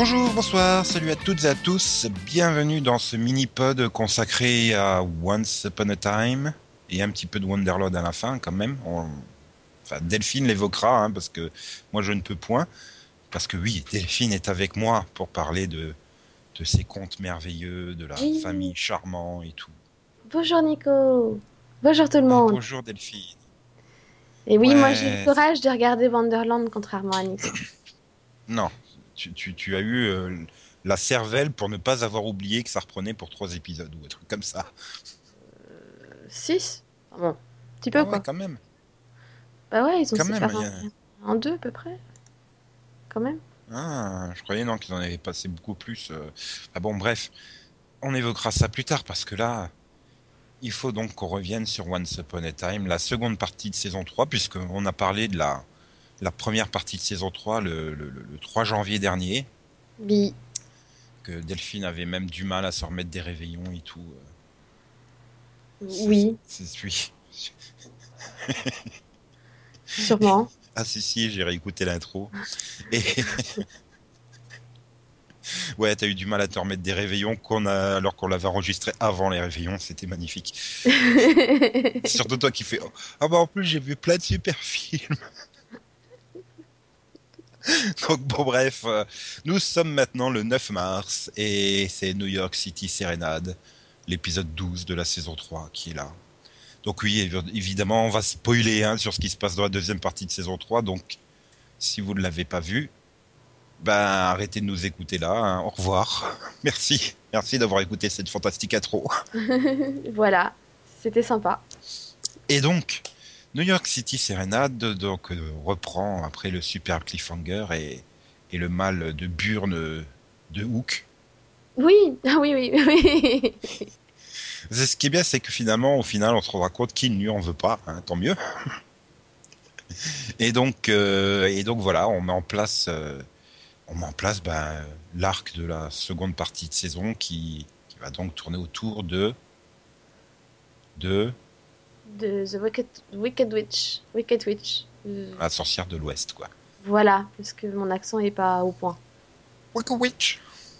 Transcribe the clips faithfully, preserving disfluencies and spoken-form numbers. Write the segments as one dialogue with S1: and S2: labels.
S1: Bonjour, bonsoir, salut à toutes et à tous, bienvenue dans ce mini-pod consacré à Once Upon a Time et un petit peu de Wonderlord à la fin quand même. On... Enfin, Delphine l'évoquera hein, parce que moi je ne peux point, parce que oui, Delphine est avec moi pour parler de, de ces contes merveilleux, de la
S2: Oui,
S1: famille charmante et tout.
S2: bonjour Nico. Bonjour tout le monde.
S1: Bonjour Delphine.
S2: Et oui, moi j'ai le
S1: Ouais,
S2: courage de regarder Wonderland contrairement à Nico.
S1: non, tu, tu, tu as eu euh, la cervelle pour ne pas avoir oublié que ça reprenait pour trois épisodes ou un truc comme ça.
S2: Euh, six? Bon, un petit peu
S1: Ah ouais,
S2: quoi.
S1: quand même,
S2: Bah ouais, ils ont
S1: quand même.
S2: séparé en, en deux à peu près, quand même.
S1: Ah, je croyais non qu'ils en avaient passé beaucoup plus. euh. Ah bon, bref, on évoquera ça plus tard parce que là, il faut donc qu'on revienne sur Once Upon a Time, la seconde partie de saison trois, puisqu'on a parlé de la, la première partie de saison trois le, le, le- le trois janvier dernier,
S2: Oui,
S1: que Delphine avait même du mal à se remettre des réveillons et tout. euh. C'est,
S2: oui,
S1: c'est celui.
S2: sûrement.
S1: Ah si si, j'ai réécouté l'intro. Et ouais, t'as eu du mal à te remettre des réveillons qu'on a, alors qu'on l'avait enregistré avant les réveillons, c'était magnifique. Surtout toi qui fais oh, ah bah en plus j'ai vu plein de super films. Donc bon bref, euh, nous sommes maintenant le neuf mars et c'est New York City Serenade, l'épisode douze de la saison trois qui est là. Donc oui, évi- évidemment, on va spoiler hein, sur ce qui se passe dans la deuxième partie de saison trois. Donc si vous ne l'avez pas vu, ben arrêtez de nous écouter là. Hein. Au revoir. Merci. Merci d'avoir écouté cette fantastique intro.
S2: Voilà, c'était sympa.
S1: Et donc, New York City Serenade donc, euh, reprend après le super cliffhanger et, et le mal de Burn de Hook.
S2: Oui, ah oui, oui, oui.
S1: Ce qui est bien, c'est que finalement, au final, on se rendra compte qu'il ne lui en veut pas, hein, tant mieux. Et donc, euh, et donc voilà, on met en place, euh, on met en place ben, l'arc de la seconde partie de saison qui, qui va donc tourner autour de de
S2: De The Wicked, Wicked Witch. Wicked Witch. Euh,
S1: la sorcière de l'Ouest, quoi.
S2: Voilà, parce que mon accent est pas au point.
S1: Wicked Witch.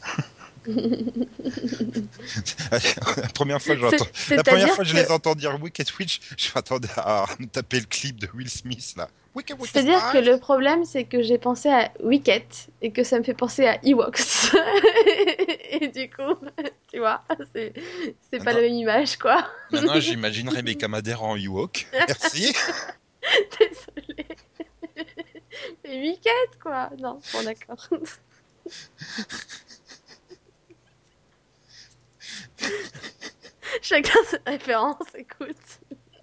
S1: La première fois, j'entends,
S2: C'est-
S1: la première
S2: C'est-à-dire
S1: fois que je
S2: que
S1: les entends dire Wicked Witch, je m'attendais à me taper le clip de Will Smith là. Wicked Wicked
S2: C'est-à-dire que
S1: Smile.
S2: le problème, c'est que j'ai pensé à Wicket et que ça me fait penser à Ewoks. Et du coup, tu vois, c'est c'est pas la
S1: Maintenant,
S2: même image, quoi.
S1: maintenant j'imagine Rebecca Madère en Ewok. Merci.
S2: Désolée. Mais Wicket, quoi. Non, bon, d'accord. Chacun ses références, écoute.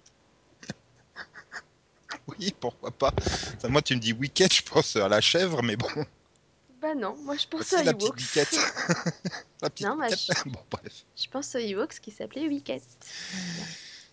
S1: Oui, pourquoi pas. Ça, moi, tu me dis Wicked, je pense à la chèvre, mais bon.
S2: Bah non, moi je pense
S1: Voici
S2: à
S1: la petite
S2: Ewoks.
S1: biquette. La petite
S2: Non, bah
S1: biquette.
S2: je,
S1: Bon, bref.
S2: je pense à Ewoks qui s'appelait Wicket. Voilà.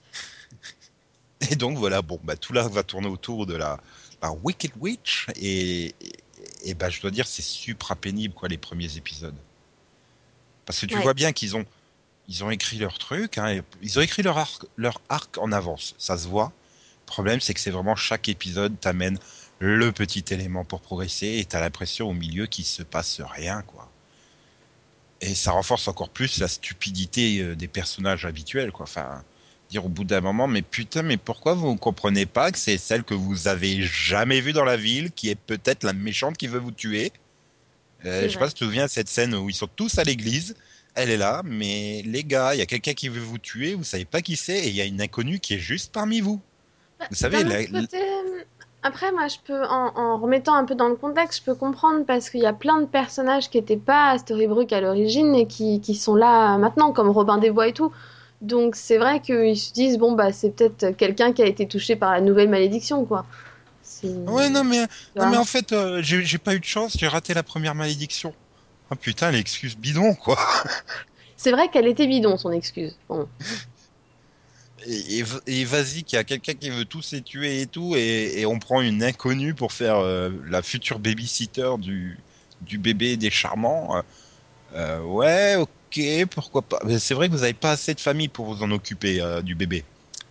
S1: Et donc, voilà, bon, bah, tout là va tourner autour de la, la Wicked Witch. Et, et, et bah, je dois dire, c'est super pénible, quoi, les premiers épisodes. Parce que tu
S2: Ouais,
S1: vois bien qu'ils ont, ils ont écrit leur truc, hein, et ils ont écrit leur arc, leur arc en avance. Ça se voit. Le problème, c'est que c'est vraiment chaque épisode t'amène le petit élément pour progresser et t'as l'impression au milieu qu'il se passe rien, quoi. Et ça renforce encore plus la stupidité euh, des personnages habituels, quoi. Enfin, dire au bout d'un moment, mais putain, mais pourquoi vous ne comprenez pas que c'est celle que vous avez jamais vue dans la ville, qui est peut-être la méchante qui veut vous tuer? Euh,
S2: c'est
S1: je sais pas
S2: vrai.
S1: si tu te souviens de cette scène où ils sont tous à l'église. Elle est là, mais les gars, il y a quelqu'un qui veut vous tuer, vous savez pas qui c'est, et il y a une inconnue qui est juste parmi vous.
S2: Bah,
S1: Vous savez,
S2: d'un
S1: la-
S2: autre
S1: la-
S2: côté, euh, après, moi, je peux, en, en remettant un peu dans le contexte, je peux comprendre parce qu'il y a plein de personnages qui n'étaient pas à Storybrooke à l'origine et qui, qui sont là maintenant, comme Robin des Bois et tout. Donc, c'est vrai qu'ils se disent, bon, bah, c'est peut-être quelqu'un qui a été touché par la nouvelle malédiction, quoi. C'est...
S1: ouais, non mais,
S2: Tu
S1: non mais
S2: vois.
S1: en fait, euh, j'ai j'ai pas eu de chance, j'ai raté la première malédiction. Ah putain, l'excuse bidon, quoi.
S2: C'est vrai qu'elle était bidon, son excuse. Bon.
S1: Et, et, et vas-y, qu'il y a quelqu'un qui veut tous les tuer et tout, et, et on prend une inconnue pour faire euh, la future babysitter du, du bébé des charmants. Euh, euh, ouais, ok, pourquoi pas. Mais c'est vrai que vous avez pas assez de famille pour vous en occuper euh, du bébé.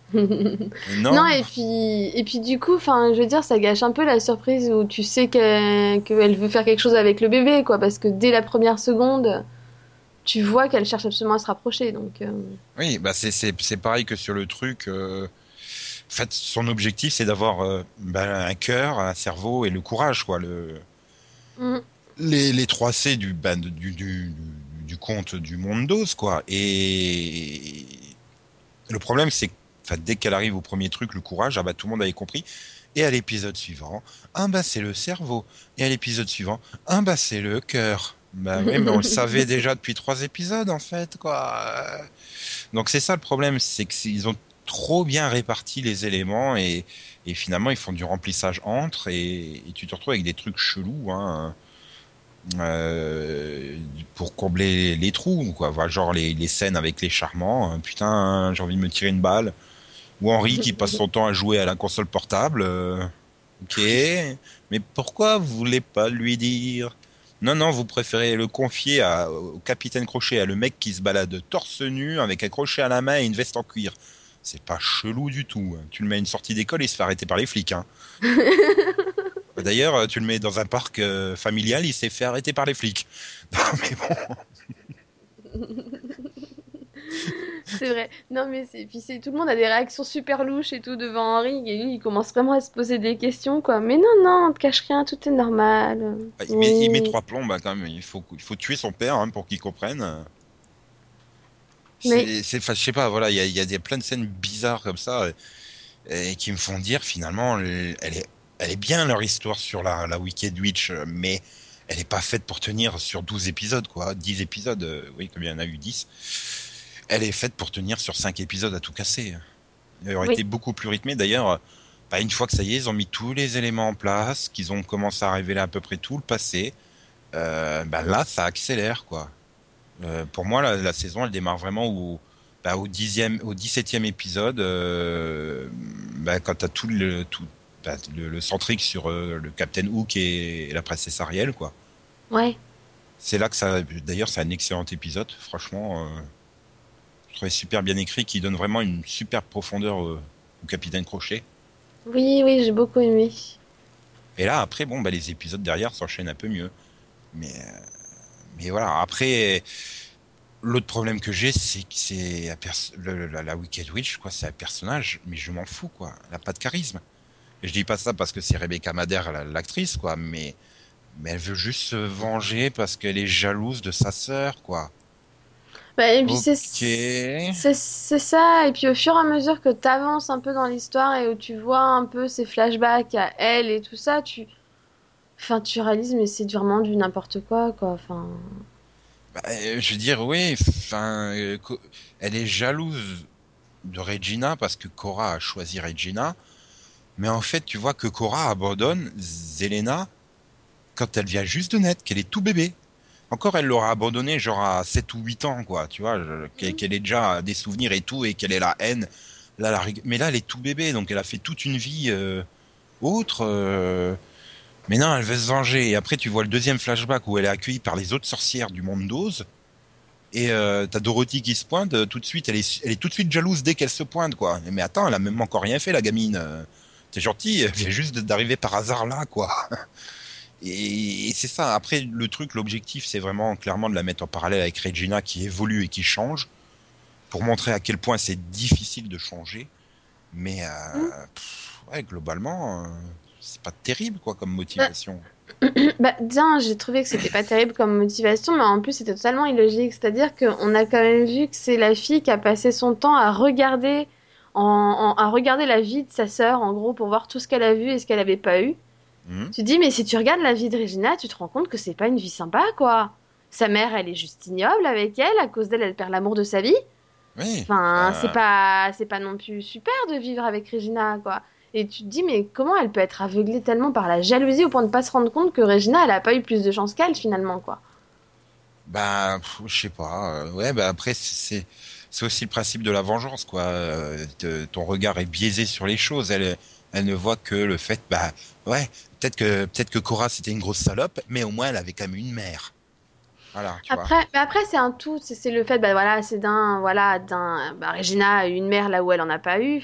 S2: Non,
S1: Non?
S2: et puis, et puis du coup, enfin, je veux dire, ça gâche un peu la surprise où tu sais qu'elle qu'elle veut faire quelque chose avec le bébé, quoi, parce que dès la première seconde, tu vois qu'elle cherche absolument à se rapprocher, donc. euh,
S1: Oui, bah c'est c'est c'est pareil que sur le truc. euh, En fait, son objectif, c'est d'avoir euh, bah, un cœur, un cerveau et le courage, quoi. Le
S2: mm.
S1: les, les trois C du, bah, du, du, du, du conte du monde d'Oz, quoi. Et le problème, c'est que enfin, dès qu'elle arrive au premier truc, le courage, ah bah, tout le monde avait compris. Et à l'épisode suivant, ah bah c'est le cerveau. Et à l'épisode suivant, ah bah c'est le cœur. Bah oui, mais on le savait déjà depuis trois épisodes, en fait, quoi. Donc c'est ça le problème, c'est qu'ils ont trop bien réparti les éléments et, et finalement ils font du remplissage entre et, et tu te retrouves avec des trucs chelous, hein, euh, pour combler les trous, quoi. Voilà, genre les, les scènes avec les charmants, hein, putain, hein, j'ai envie de me tirer une balle. Ou Henri qui passe son temps à jouer à la console portable. euh, ok, mais pourquoi vous voulez pas lui dire? Non, non, vous préférez le confier à- au capitaine Crochet, à le mec qui se balade torse nu avec un crochet à la main et une veste en cuir. C'est pas chelou du tout, hein. Tu le mets à une sortie d'école, il se fait arrêter par les flics, hein. D'ailleurs, euh, tu le mets dans un parc euh, familial, il s'est fait arrêter par les flics. Non, mais bon.
S2: C'est vrai. Non, mais c'est. Puis c'est tout le monde a des réactions super louches et tout devant Henri, et lui, il commence vraiment à se poser des questions, quoi. Mais non, non, on te cache rien, tout est normal.
S1: Bah, il met, il met
S2: Oui.
S1: trois plombs, bah, quand même. Il faut, il faut tuer son père, hein, pour qu'il comprenne.
S2: Mais.
S1: C'est, c'est, enfin, je sais pas, voilà, il y a, il y a des, plein de scènes bizarres comme ça et, et qui me font dire finalement, elle, elle est, elle est bien leur histoire sur la, la Wicked Witch, mais elle est pas faite pour tenir sur douze épisodes, quoi. Dix épisodes, euh, oui, comme il y en a eu dix. Elle est faite pour tenir sur cinq épisodes à tout casser. Elle aurait
S2: Oui.
S1: été beaucoup plus rythmée. D'ailleurs, bah, une fois que ça y est, ils ont mis tous les éléments en place, qu'ils ont commencé à révéler à peu près tout le passé, euh, bah là, ça accélère, quoi. Euh, pour moi, la, la saison, elle démarre vraiment au, bah, au dixième, au dix-septième épisode, euh, bah, quand t'as tout le, tout, bah, le, le centrique sur euh, le Captain Hook et, et la princesse Ariel, quoi.
S2: Ouais.
S1: C'est là que ça, d'ailleurs, c'est un excellent épisode, franchement, euh, je trouvais super bien écrit, qui donne vraiment une super profondeur euh, au Capitaine Crochet.
S2: Oui, oui, j'ai beaucoup aimé.
S1: Et là, après, bon, bah, les épisodes derrière s'enchaînent un peu mieux. Mais, euh, mais voilà, après, l'autre problème que j'ai, c'est que c'est un pers- le- la, la Wicked Witch, quoi, c'est un personnage, mais je m'en fous, quoi. Elle a pas de charisme. Et je dis pas ça parce que c'est Rebecca Madère, la- l'actrice, quoi, mais, mais elle veut juste se venger parce qu'elle est jalouse de sa sœur, quoi.
S2: Bah, et puis c'est
S1: Ok.
S2: c'est c'est ça. Et puis au fur et à mesure que t'avances un peu dans l'histoire et où tu vois un peu ses flashbacks à elle et tout ça, tu, enfin, tu réalises mais c'est vraiment du n'importe quoi, quoi. Enfin,
S1: Bah, euh, je veux dire, oui, enfin, euh, co- elle est jalouse de Regina parce que Cora a choisi Regina, mais en fait, tu vois que Cora abandonne Zelena quand elle vient juste de naître, qu'elle est tout bébé. Encore, elle l'aura abandonné genre à sept ou huit ans, quoi, tu vois, je- qu'elle qu'elle ait déjà des souvenirs et tout, et qu'elle ait la haine. Là, la rig- Mais là, elle est tout bébé, donc elle a fait toute une vie euh, autre. euh, Mais non, elle veut se venger. Et après, tu vois le deuxième flashback où elle est accueillie par les autres sorcières du monde d'Oz. Et euh, t'as Dorothy qui se pointe, euh, tout de suite, elle est, elle est tout de suite jalouse dès qu'elle se pointe, quoi. Mais attends, elle a même encore rien fait, la gamine. Euh, T'es gentil, elle vient juste d'arriver par hasard là, quoi. Et, et c'est ça. Après, le truc, l'objectif, c'est vraiment clairement de la mettre en parallèle avec Regina qui évolue et qui change pour montrer à quel point c'est difficile de changer. Mais
S2: hmm.
S1: euh, pff, ouais, globalement, euh, c'est pas terrible quoi comme
S2: Bah,
S1: motivation.
S2: bah, tiens, j'ai trouvé que c'était pas terrible comme motivation, mais en plus c'était totalement illogique. C'est-à-dire qu'on a quand même vu que c'est la fille qui a passé son temps à regarder, en, en- à regarder la vie de sa sœur, en gros, pour voir tout ce qu'elle a vu et ce qu'elle avait pas eu.
S1: Hmm.
S2: Tu te dis, mais si tu regardes la vie de Regina, tu te rends compte que c'est pas une vie sympa, quoi. Sa mère, elle est juste ignoble avec elle, à cause d'elle, elle perd l'amour de sa vie.
S1: Oui.
S2: Enfin, c'est
S1: Euh,
S2: pas, c'est pas non plus super de vivre avec Regina, quoi. Et tu te dis, mais comment elle peut être aveuglée tellement par la jalousie au point de pas se rendre compte que Regina, elle a pas eu plus de chance qu'elle, finalement, quoi.
S1: bah, pff, je sais pas. euh, ouais, bah après, c'est c'est aussi le principe de la vengeance, quoi. Euh, te- ton regard est biaisé sur les choses. Elle, elle ne voit que le fait, bah, ouais, peut-être que peut-être que Cora c'était une grosse salope, mais au moins elle avait quand même une mère. Voilà, tu vois.
S2: Après, mais après c'est un tout, c'est c'est le fait, bah voilà, c'est d'un, voilà, d'un, bah, Regina a eu une mère là où elle en a pas eu, enfin.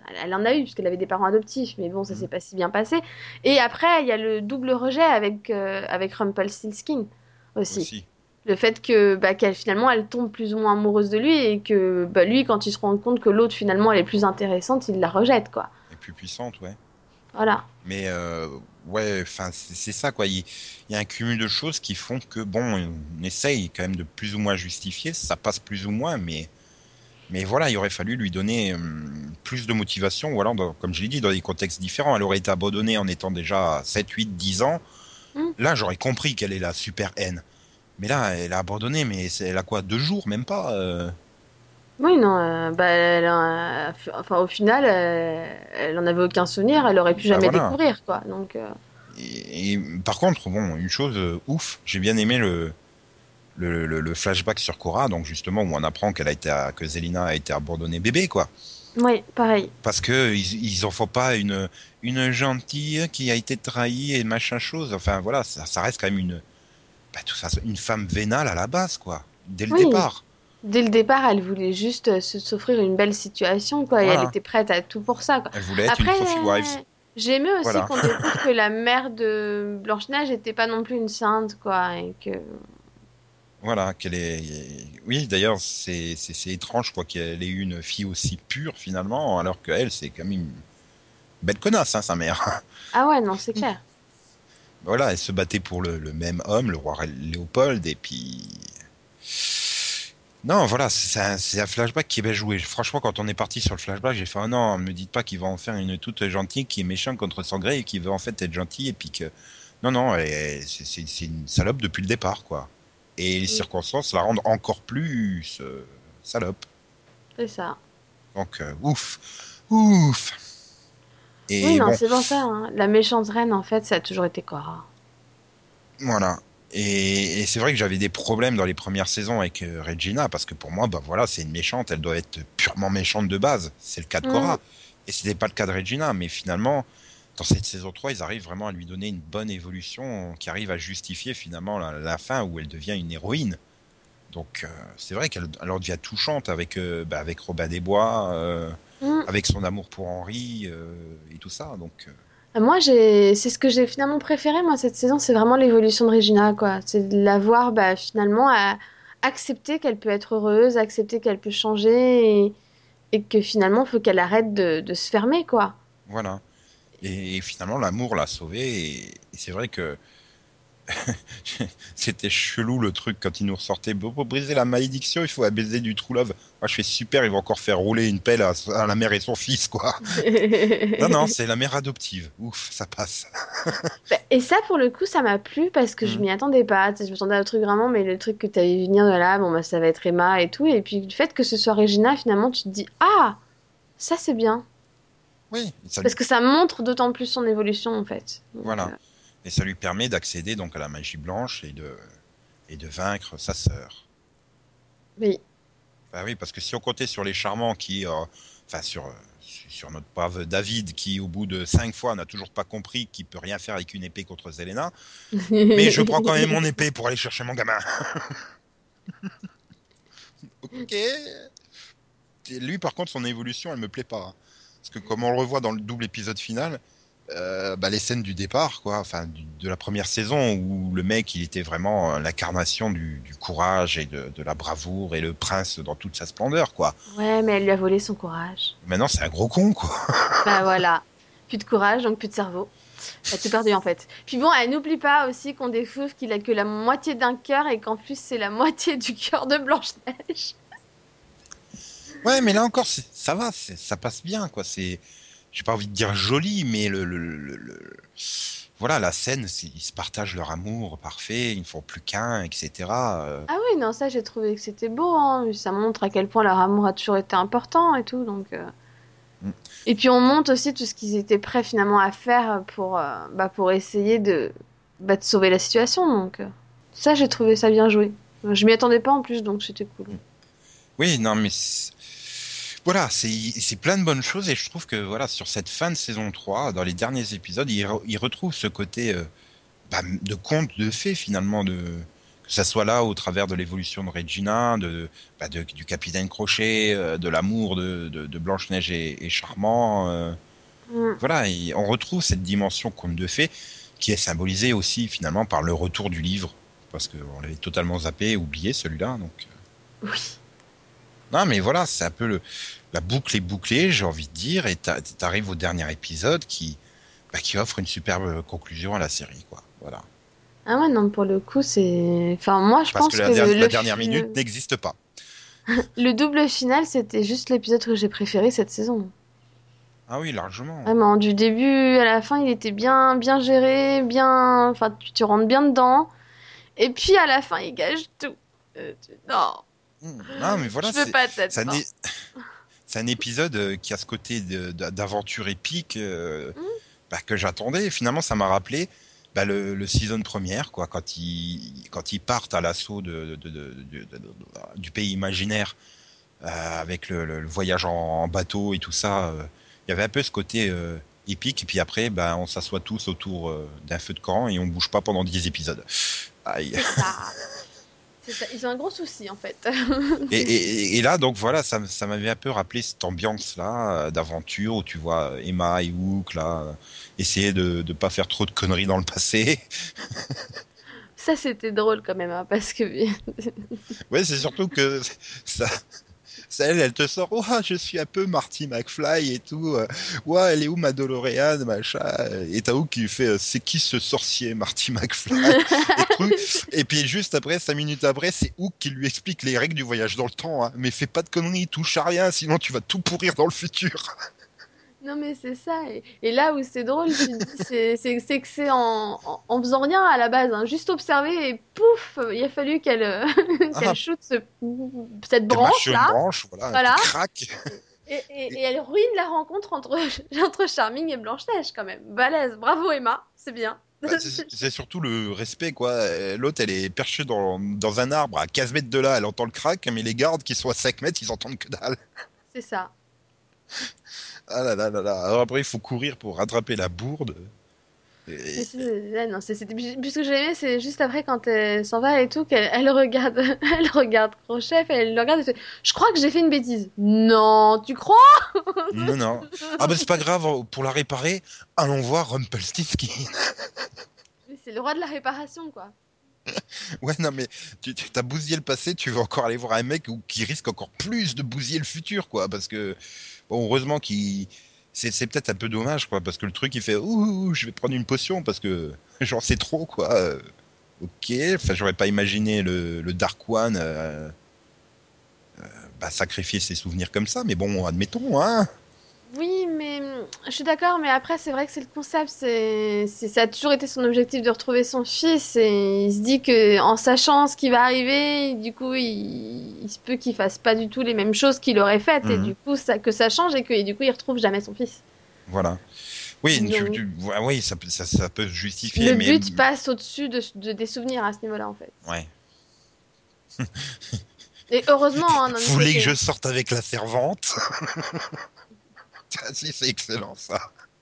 S2: elle en a eu, puisqu'elle avait des parents adoptifs, mais bon, ça
S1: Mhm.
S2: s'est pas si bien passé. Et après, il y a le double rejet avec, euh, avec Rumpelstiltskin aussi.
S1: Aussi.
S2: Le fait que bah, qu'elle finalement elle tombe plus ou moins amoureuse de lui et que bah, lui quand il se rend compte que l'autre finalement elle est plus intéressante, il la rejette quoi.
S1: Et plus puissante, ouais.
S2: Voilà.
S1: Mais euh, ouais, enfin c'est c'est ça quoi. Il, il y a un cumul de choses qui font que bon, on essaye quand même de plus ou moins justifier. Ça passe plus ou moins, mais mais voilà, il aurait fallu lui donner hum, plus de motivation. Ou alors, dans- comme je l'ai dit, dans des contextes différents. Elle aurait été abandonnée en étant déjà sept, huit, dix ans.
S2: Hmm.
S1: Là, j'aurais compris qu'elle est la super haine. Mais là, elle a abandonné, mais c'est- elle a quoi, deux jours, même pas. euh.
S2: Oui non, euh, bah, elle a- enfin au final euh, elle en avait aucun souvenir, elle aurait pu
S1: Bah
S2: jamais
S1: voilà.
S2: découvrir quoi. Donc euh,
S1: Et, et par contre, bon, une chose euh, ouf, j'ai bien aimé le, le, le, le flashback sur Korra, donc justement où on apprend qu'elle a été, à- que Zelina a été abandonnée bébé, quoi.
S2: oui pareil.
S1: Parce que ils, ils en font pas une, une gentille qui a été trahie et machin chose. Enfin voilà, ça, ça reste quand même une, bah, de toute façon, une femme vénale à la base, quoi, dès le
S2: Oui.
S1: départ.
S2: Dès le départ, elle voulait juste euh, se s'offrir une belle situation, quoi, et elle
S1: Voilà,
S2: était prête à tout pour ça, quoi.
S1: elle voulait être une
S2: Après,
S1: trophy wives.
S2: euh, j'ai aimé aussi
S1: Voilà.
S2: qu'on découvre que la mère de Blanche-Neige n'était pas non plus une sainte, quoi, et que...
S1: Voilà, qu'elle est. Oui, d'ailleurs, c'est c'est c'est étrange, quoi, qu'elle ait eu une fille aussi pure finalement, alors qu'elle, c'est quand même une belle connasse, hein, sa mère.
S2: Ah ouais, non, c'est clair.
S1: Voilà, elle se battait pour le, le même homme, le roi Léopold, et puis. Non, voilà, c'est un, c'est un flashback qui est bien joué. Franchement, quand on est parti sur le flashback, j'ai fait oh non, me dites pas qu'il va en faire une toute gentille qui est méchante contre son gré et qui veut en fait être gentille et puis que non non, elle- c'est c'est- c'est une salope depuis le départ quoi. Et les
S2: Mm,
S1: circonstances la rendent encore plus euh, salope.
S2: c'est ça.
S1: Donc euh, ouf, ouf.
S2: Oui,
S1: Et
S2: non,
S1: bon,
S2: c'est pour ça, hein. La méchante reine, en fait, ça a toujours été Cora.
S1: voilà. Et, et c'est vrai que j'avais des problèmes dans les premières saisons avec euh, Regina parce que pour moi, bah voilà, c'est une méchante, elle doit être purement méchante de base. C'est le cas de
S2: Mm.
S1: Cora. Et c'était pas le cas de Regina, mais finalement, dans cette saison trois, ils arrivent vraiment à lui donner une bonne évolution qui arrive à justifier finalement la, la fin où elle devient une héroïne. Donc euh, c'est vrai qu'elle elle en devient touchante avec, euh, bah, avec Robin des Bois, euh,
S2: Mm.
S1: avec son amour pour Henri euh, et tout ça. Donc euh,
S2: Moi, j'ai, c'est ce que j'ai finalement préféré, moi, cette saison, c'est vraiment l'évolution de Regina, quoi. C'est de la voir, bah, finalement, à accepter qu'elle peut être heureuse, accepter qu'elle peut changer et, et que finalement, il faut qu'elle arrête de, de se fermer, quoi.
S1: voilà. Et, et finalement, l'amour l'a sauvée. Et, et c'est vrai que c'était chelou le truc quand ils nous ressortaient. Bon, pour briser la malédiction, il faut un baiser du true love. Moi, je fais super, ils vont encore faire rouler une pelle à, à la mère et son fils, quoi. Non, non, c'est la mère adoptive. Ouf, ça passe.
S2: Bah, et ça, pour le coup, ça m'a plu parce que je
S1: Mhm.
S2: m'y attendais pas. Tu sais, je m'attendais à un truc vraiment, mais le truc que tu avais vu venir de là, bon, bah, ça va être Emma et tout. Et puis, le fait que ce soit Regina, finalement, tu te dis, ah, ça, c'est bien.
S1: Oui, ça
S2: Parce
S1: lui,
S2: que ça montre d'autant plus son évolution, en fait. Donc,
S1: voilà.
S2: euh,
S1: Et ça lui permet d'accéder donc à la magie blanche et de, et de vaincre sa sœur.
S2: oui.
S1: Bah oui, parce que si on comptait sur les charmants qui, euh, enfin sur, euh, sur notre brave David qui, au bout de cinq fois, n'a toujours pas compris qu'il peut rien faire avec une épée contre Zelena, mais je prends quand même mon épée pour aller chercher mon gamin. Ok. Et lui, par contre, son évolution, elle me plaît pas, hein. Parce que comme on le revoit dans le double épisode final, euh, bah, les scènes du départ, quoi, enfin du- de la première saison où le mec, il était vraiment euh, l'incarnation du, du courage et de, de la bravoure et le prince dans toute sa splendeur, quoi.
S2: Ouais, mais elle lui a volé son courage.
S1: Maintenant, c'est un gros con, quoi.
S2: Bah voilà. Plus de courage, donc plus de cerveau. Elle a tout perdu en fait. Puis bon, elle n'oublie pas aussi qu'on découvre qu'il a que la moitié d'un cœur et qu'en plus c'est la moitié du cœur de Blanche-Neige.
S1: Ouais, mais là encore, c'est- ça va, c'est- ça passe bien, quoi. C'est, j'ai pas envie de dire joli, mais le, le, le- le- voilà, la scène, c'est- ils se partagent leur amour parfait, ils ne font plus qu'un, et cetera euh.
S2: Ah oui, non, ça j'ai trouvé que c'était beau, hein. Ça montre à quel point leur amour a toujours été important et tout, donc... euh.
S1: Mm.
S2: Et puis on montre aussi tout ce qu'ils étaient prêts finalement à faire pour, euh, bah, pour essayer de, bah, de sauver la situation, donc... euh. Ça j'ai trouvé ça bien joué. Je m'y attendais pas en plus, donc c'était cool.
S1: Oui, non, mais c'est- voilà, c'est c'est plein de bonnes choses et je trouve que voilà, sur cette fin de saison trois, dans les derniers épisodes, ils, re- ils retrouvent ce côté euh, bah, de conte de fées finalement, de que ça soit là au travers de l'évolution de Regina, de, bah, de du capitaine Crochet, euh, de l'amour de, de, de Blanche-Neige et, et Charmant. Euh,
S2: Mm.
S1: voilà, et on retrouve cette dimension conte de fées qui est symbolisée aussi finalement par le retour du livre, parce qu'on l'avait totalement zappé, oublié celui-là. Donc, euh,
S2: Oui.
S1: non, mais voilà, c'est un peu le, la boucle est bouclée, j'ai envie de dire, et t'a- t'arrives au dernier épisode qui, bah, qui offre une superbe conclusion à la série, quoi. Voilà.
S2: Ah ouais, non, pour le coup, c'est... Enfin, moi, je
S1: Parce que
S2: pense que
S1: la,
S2: le,
S1: der- la
S2: le,
S1: dernière
S2: fi-
S1: minute
S2: le,
S1: n'existe pas.
S2: le double final, c'était juste l'épisode que j'ai préféré cette saison.
S1: Ah oui, largement.
S2: Vraiment, du début à la fin, il était bien, bien géré, bien... Enfin, tu, tu rentres bien dedans. Et puis, à la fin, il gâche tout. Euh, tu- Non,
S1: Hmm. Non, mais voilà,
S2: je veux
S1: c'est
S2: pas de cette
S1: c'est un,
S2: fin.
S1: é- c'est un épisode euh, qui a ce côté de- de- d'aventure épique euh,
S2: Hmm.
S1: bah, que j'attendais. Et finalement, ça m'a rappelé bah, le, le season première, quoi, quand ils, quand ils partent à l'assaut de, de- de- de- de- de- du pays imaginaire euh, avec le, le- le voyage en, en bateau et tout ça. euh, Il y avait un peu ce côté euh, épique. Et puis après, bah, on s'assoit tous autour euh, d'un feu de camp et on bouge pas pendant dix épisodes. Aïe.
S2: C'est ça. C'est ça. Ils ont un gros souci, en fait.
S1: Et, et, et là, donc voilà, ça, ça m'avait un peu rappelé cette ambiance-là euh, d'aventure où tu vois euh, Emma et Hook là euh, essayer de ne pas faire trop de conneries dans le passé.
S2: Ça, c'était drôle quand même, hein, parce que...
S1: Ouais, c'est surtout que ça, ça elle, elle te sort, oh, je suis un peu Marty McFly et tout. euh, Ouais, elle est où ma DeLorean, machin. Et t'as Hook qui fait, euh, c'est qui ce sorcier, Marty McFly et truc. Et puis juste après, cinq minutes après, c'est Hook qui lui explique les règles du voyage dans le temps. Hein. Mais fais pas de conneries, touche à rien, sinon tu vas tout pourrir dans le futur.
S2: Non mais c'est ça. Et, et là où c'est drôle, tu te dis, c'est c'est- c'est que c'est en, en, en faisant rien à la base, hein, juste observer et pouf, il a fallu qu'elle euh, qu'elle
S1: Ah,
S2: shoot ce- cette
S1: qu'elle marche
S2: branche
S1: sur une
S2: là,
S1: branche, voilà, puis
S2: voilà.
S1: crac.
S2: Et, et,
S1: Et,
S2: et elle ruine la rencontre entre, entre Charming et Blanche-Neige quand même. Balèze, bravo Emma, c'est bien.
S1: bah, c'est c'est surtout le respect, quoi. Euh, L'autre, elle est perchée dans, dans un arbre à quinze mètres de là, elle entend le crack, mais les gardes qui sont à cinq mètres, ils entendent que dalle.
S2: C'est ça.
S1: Ah là là là là. Alors après, il faut courir pour rattraper la bourde.
S2: Mais
S1: Et-
S2: c'est, ouais, non, c'est, c'était, puis ce que j'ai aimé, c'est juste après quand elle s'en va et tout, qu'elle elle regarde, elle regarde Crochet, elle le regarde et fait, je crois que j'ai fait une bêtise. Non, tu crois?
S1: Non, non. Ah bah c'est pas grave, pour la réparer, allons voir Rumpelstiltskin.
S2: Mais c'est le roi de la réparation, quoi.
S1: Ouais, non, mais tu tu- t'as bousillé le passé, tu veux encore aller voir un mec où- qui risque encore plus de bousiller le futur, quoi. Parce que, bon, heureusement qu'il. C'est c'est peut-être un peu dommage, quoi, parce que le truc, il fait ouh, ouh, je vais prendre une potion parce que j'en sais trop, quoi. Euh, ok, enfin, j'aurais pas imaginé le, le Dark One euh, bah, sacrifier ses souvenirs comme ça, mais bon, admettons, hein.
S2: Oui, mais hum, je suis d'accord, mais après, c'est vrai que c'est le concept, c'est, c'est, ça a toujours été son objectif de retrouver son fils, et il se dit que en sachant ce qui va arriver, du coup, il, il se peut qu'il fasse pas du tout les mêmes choses qu'il aurait faites, et
S1: Mhm.
S2: du coup, ça, que ça change, et que, et du coup, il retrouve jamais son fils.
S1: Voilà. Oui, tu-
S2: Donc,
S1: tu- ouais, oui, ça, peut- ça, ça peut se justifier,
S2: le
S1: mais
S2: but passe au-dessus de, de- des souvenirs à ce niveau-là, en fait.
S1: ouais.
S2: Et heureusement, hein, d'un
S1: Vous
S2: autre
S1: voulez que
S2: côté.
S1: je
S2: Hein.
S1: sorte avec la servante? Ah, si, c'est excellent ça.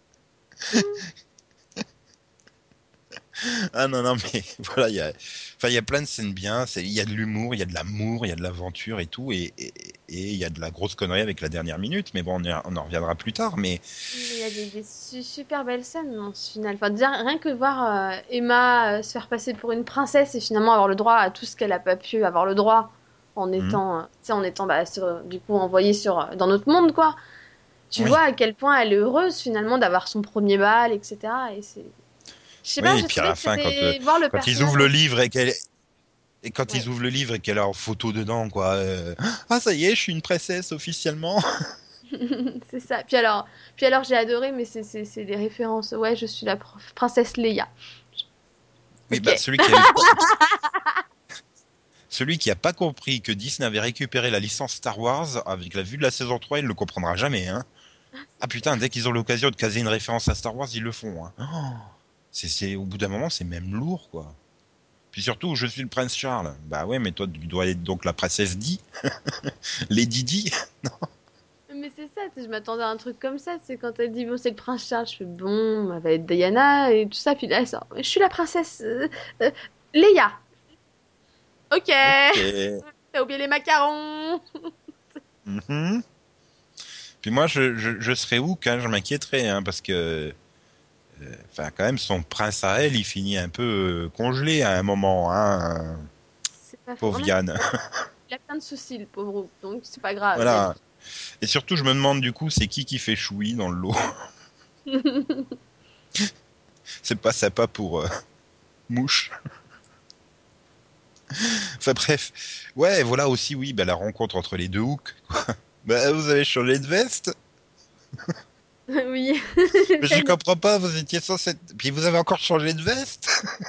S1: Ah non, non, mais voilà, il y a, enfin, il y a plein de scènes bien. c'est- Il y a de l'humour, il y a de l'amour, il y a de l'aventure et tout. Et, et, et il y a de la grosse connerie avec la dernière minute. Mais bon, on, y- on en reviendra plus tard. Mais
S2: Mais il y a des, des su- super belles scènes dans ce final. Enfin, déjà, rien que voir euh, Emma euh, se faire passer pour une princesse et finalement avoir le droit à tout ce qu'elle a pas pu avoir le droit en
S1: hum,
S2: étant, euh, tu sais, en étant bah, sur- du coup envoyée sur, euh, dans notre monde, quoi. Tu vois
S1: oui,
S2: à quel point elle est heureuse finalement d'avoir son premier bal, et cetera. Et c'est, je sais pas,
S1: oui. Et
S2: j'ai
S1: puis à
S2: trouvé
S1: la
S2: que
S1: fin, quand, euh,
S2: c'était voir le
S1: quand ils
S2: personnage
S1: ouvrent le
S2: en...
S1: livre et qu'elle et quand ils
S2: Ouais,
S1: ouvrent le livre et qu'elle a en photo dedans, quoi. euh, Ah, ça y est, je suis une princesse officiellement.
S2: c'est ça. Puis alors, puis alors j'ai adoré, mais c'est c'est- c'est les références. Ouais, je suis la pr- princesse Leia.
S1: Oui,
S2: Ok.
S1: bah celui qui avait pas, celui qui a pas compris que Disney avait récupéré la licence Star Wars avec la vue de la saison trois, il le comprendra jamais, hein. Ah putain, dès qu'ils ont l'occasion de caser une référence à Star Wars, ils le font. Hein. Oh, c'est, c'est, au bout d'un moment, c'est même lourd, quoi. Puis surtout, je suis le prince Charles. Bah ouais, mais toi, tu dois être donc la princesse Di, Lady Di.
S2: Mais c'est ça, tu sais, je m'attendais à un truc comme ça, c'est quand elle dit bon c'est le prince Charles, je fais bon, elle va être Diana et tout ça, puis là elle sort, je suis la princesse euh, euh, Leia. Ok,
S1: Ok.
S2: t'as oublié les macarons.
S1: Mhm. Puis moi, je, je, je serais où quand je m'inquiéterais, hein, parce que, euh, enfin, quand même, son prince à elle, il finit un peu euh, congelé à un moment, hein,
S2: C'est pas faux. En
S1: pauvre
S2: même
S1: Yann.
S2: temps, il a plein de soucis, le pauvre Hook, donc c'est pas grave, il y a
S1: Voilà. Et surtout, je me demande du coup, c'est qui qui fait choui dans le lot.
S2: des...
S1: C'est pas sympa pour euh, Mouche. Enfin bref. Ouais, voilà aussi, oui, bah, la rencontre entre les deux Hooks. Bah, vous avez changé de veste?
S2: Oui,
S1: Mais je comprends pas, vous étiez censé... Puis vous avez encore changé de veste?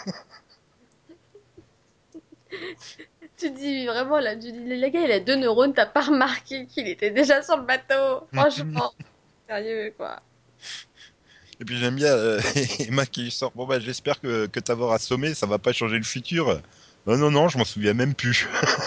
S2: tu dis vraiment là, tu dis le gars il a deux neurones, t'as pas remarqué qu'il était déjà sur le bateau. Franchement, sérieux quoi.
S1: Et puis j'aime bien euh, Emma qui sort. Bon bah j'espère que, que t'avoir assommé, ça va pas changer le futur. Non, non, non, je m'en souviens même plus.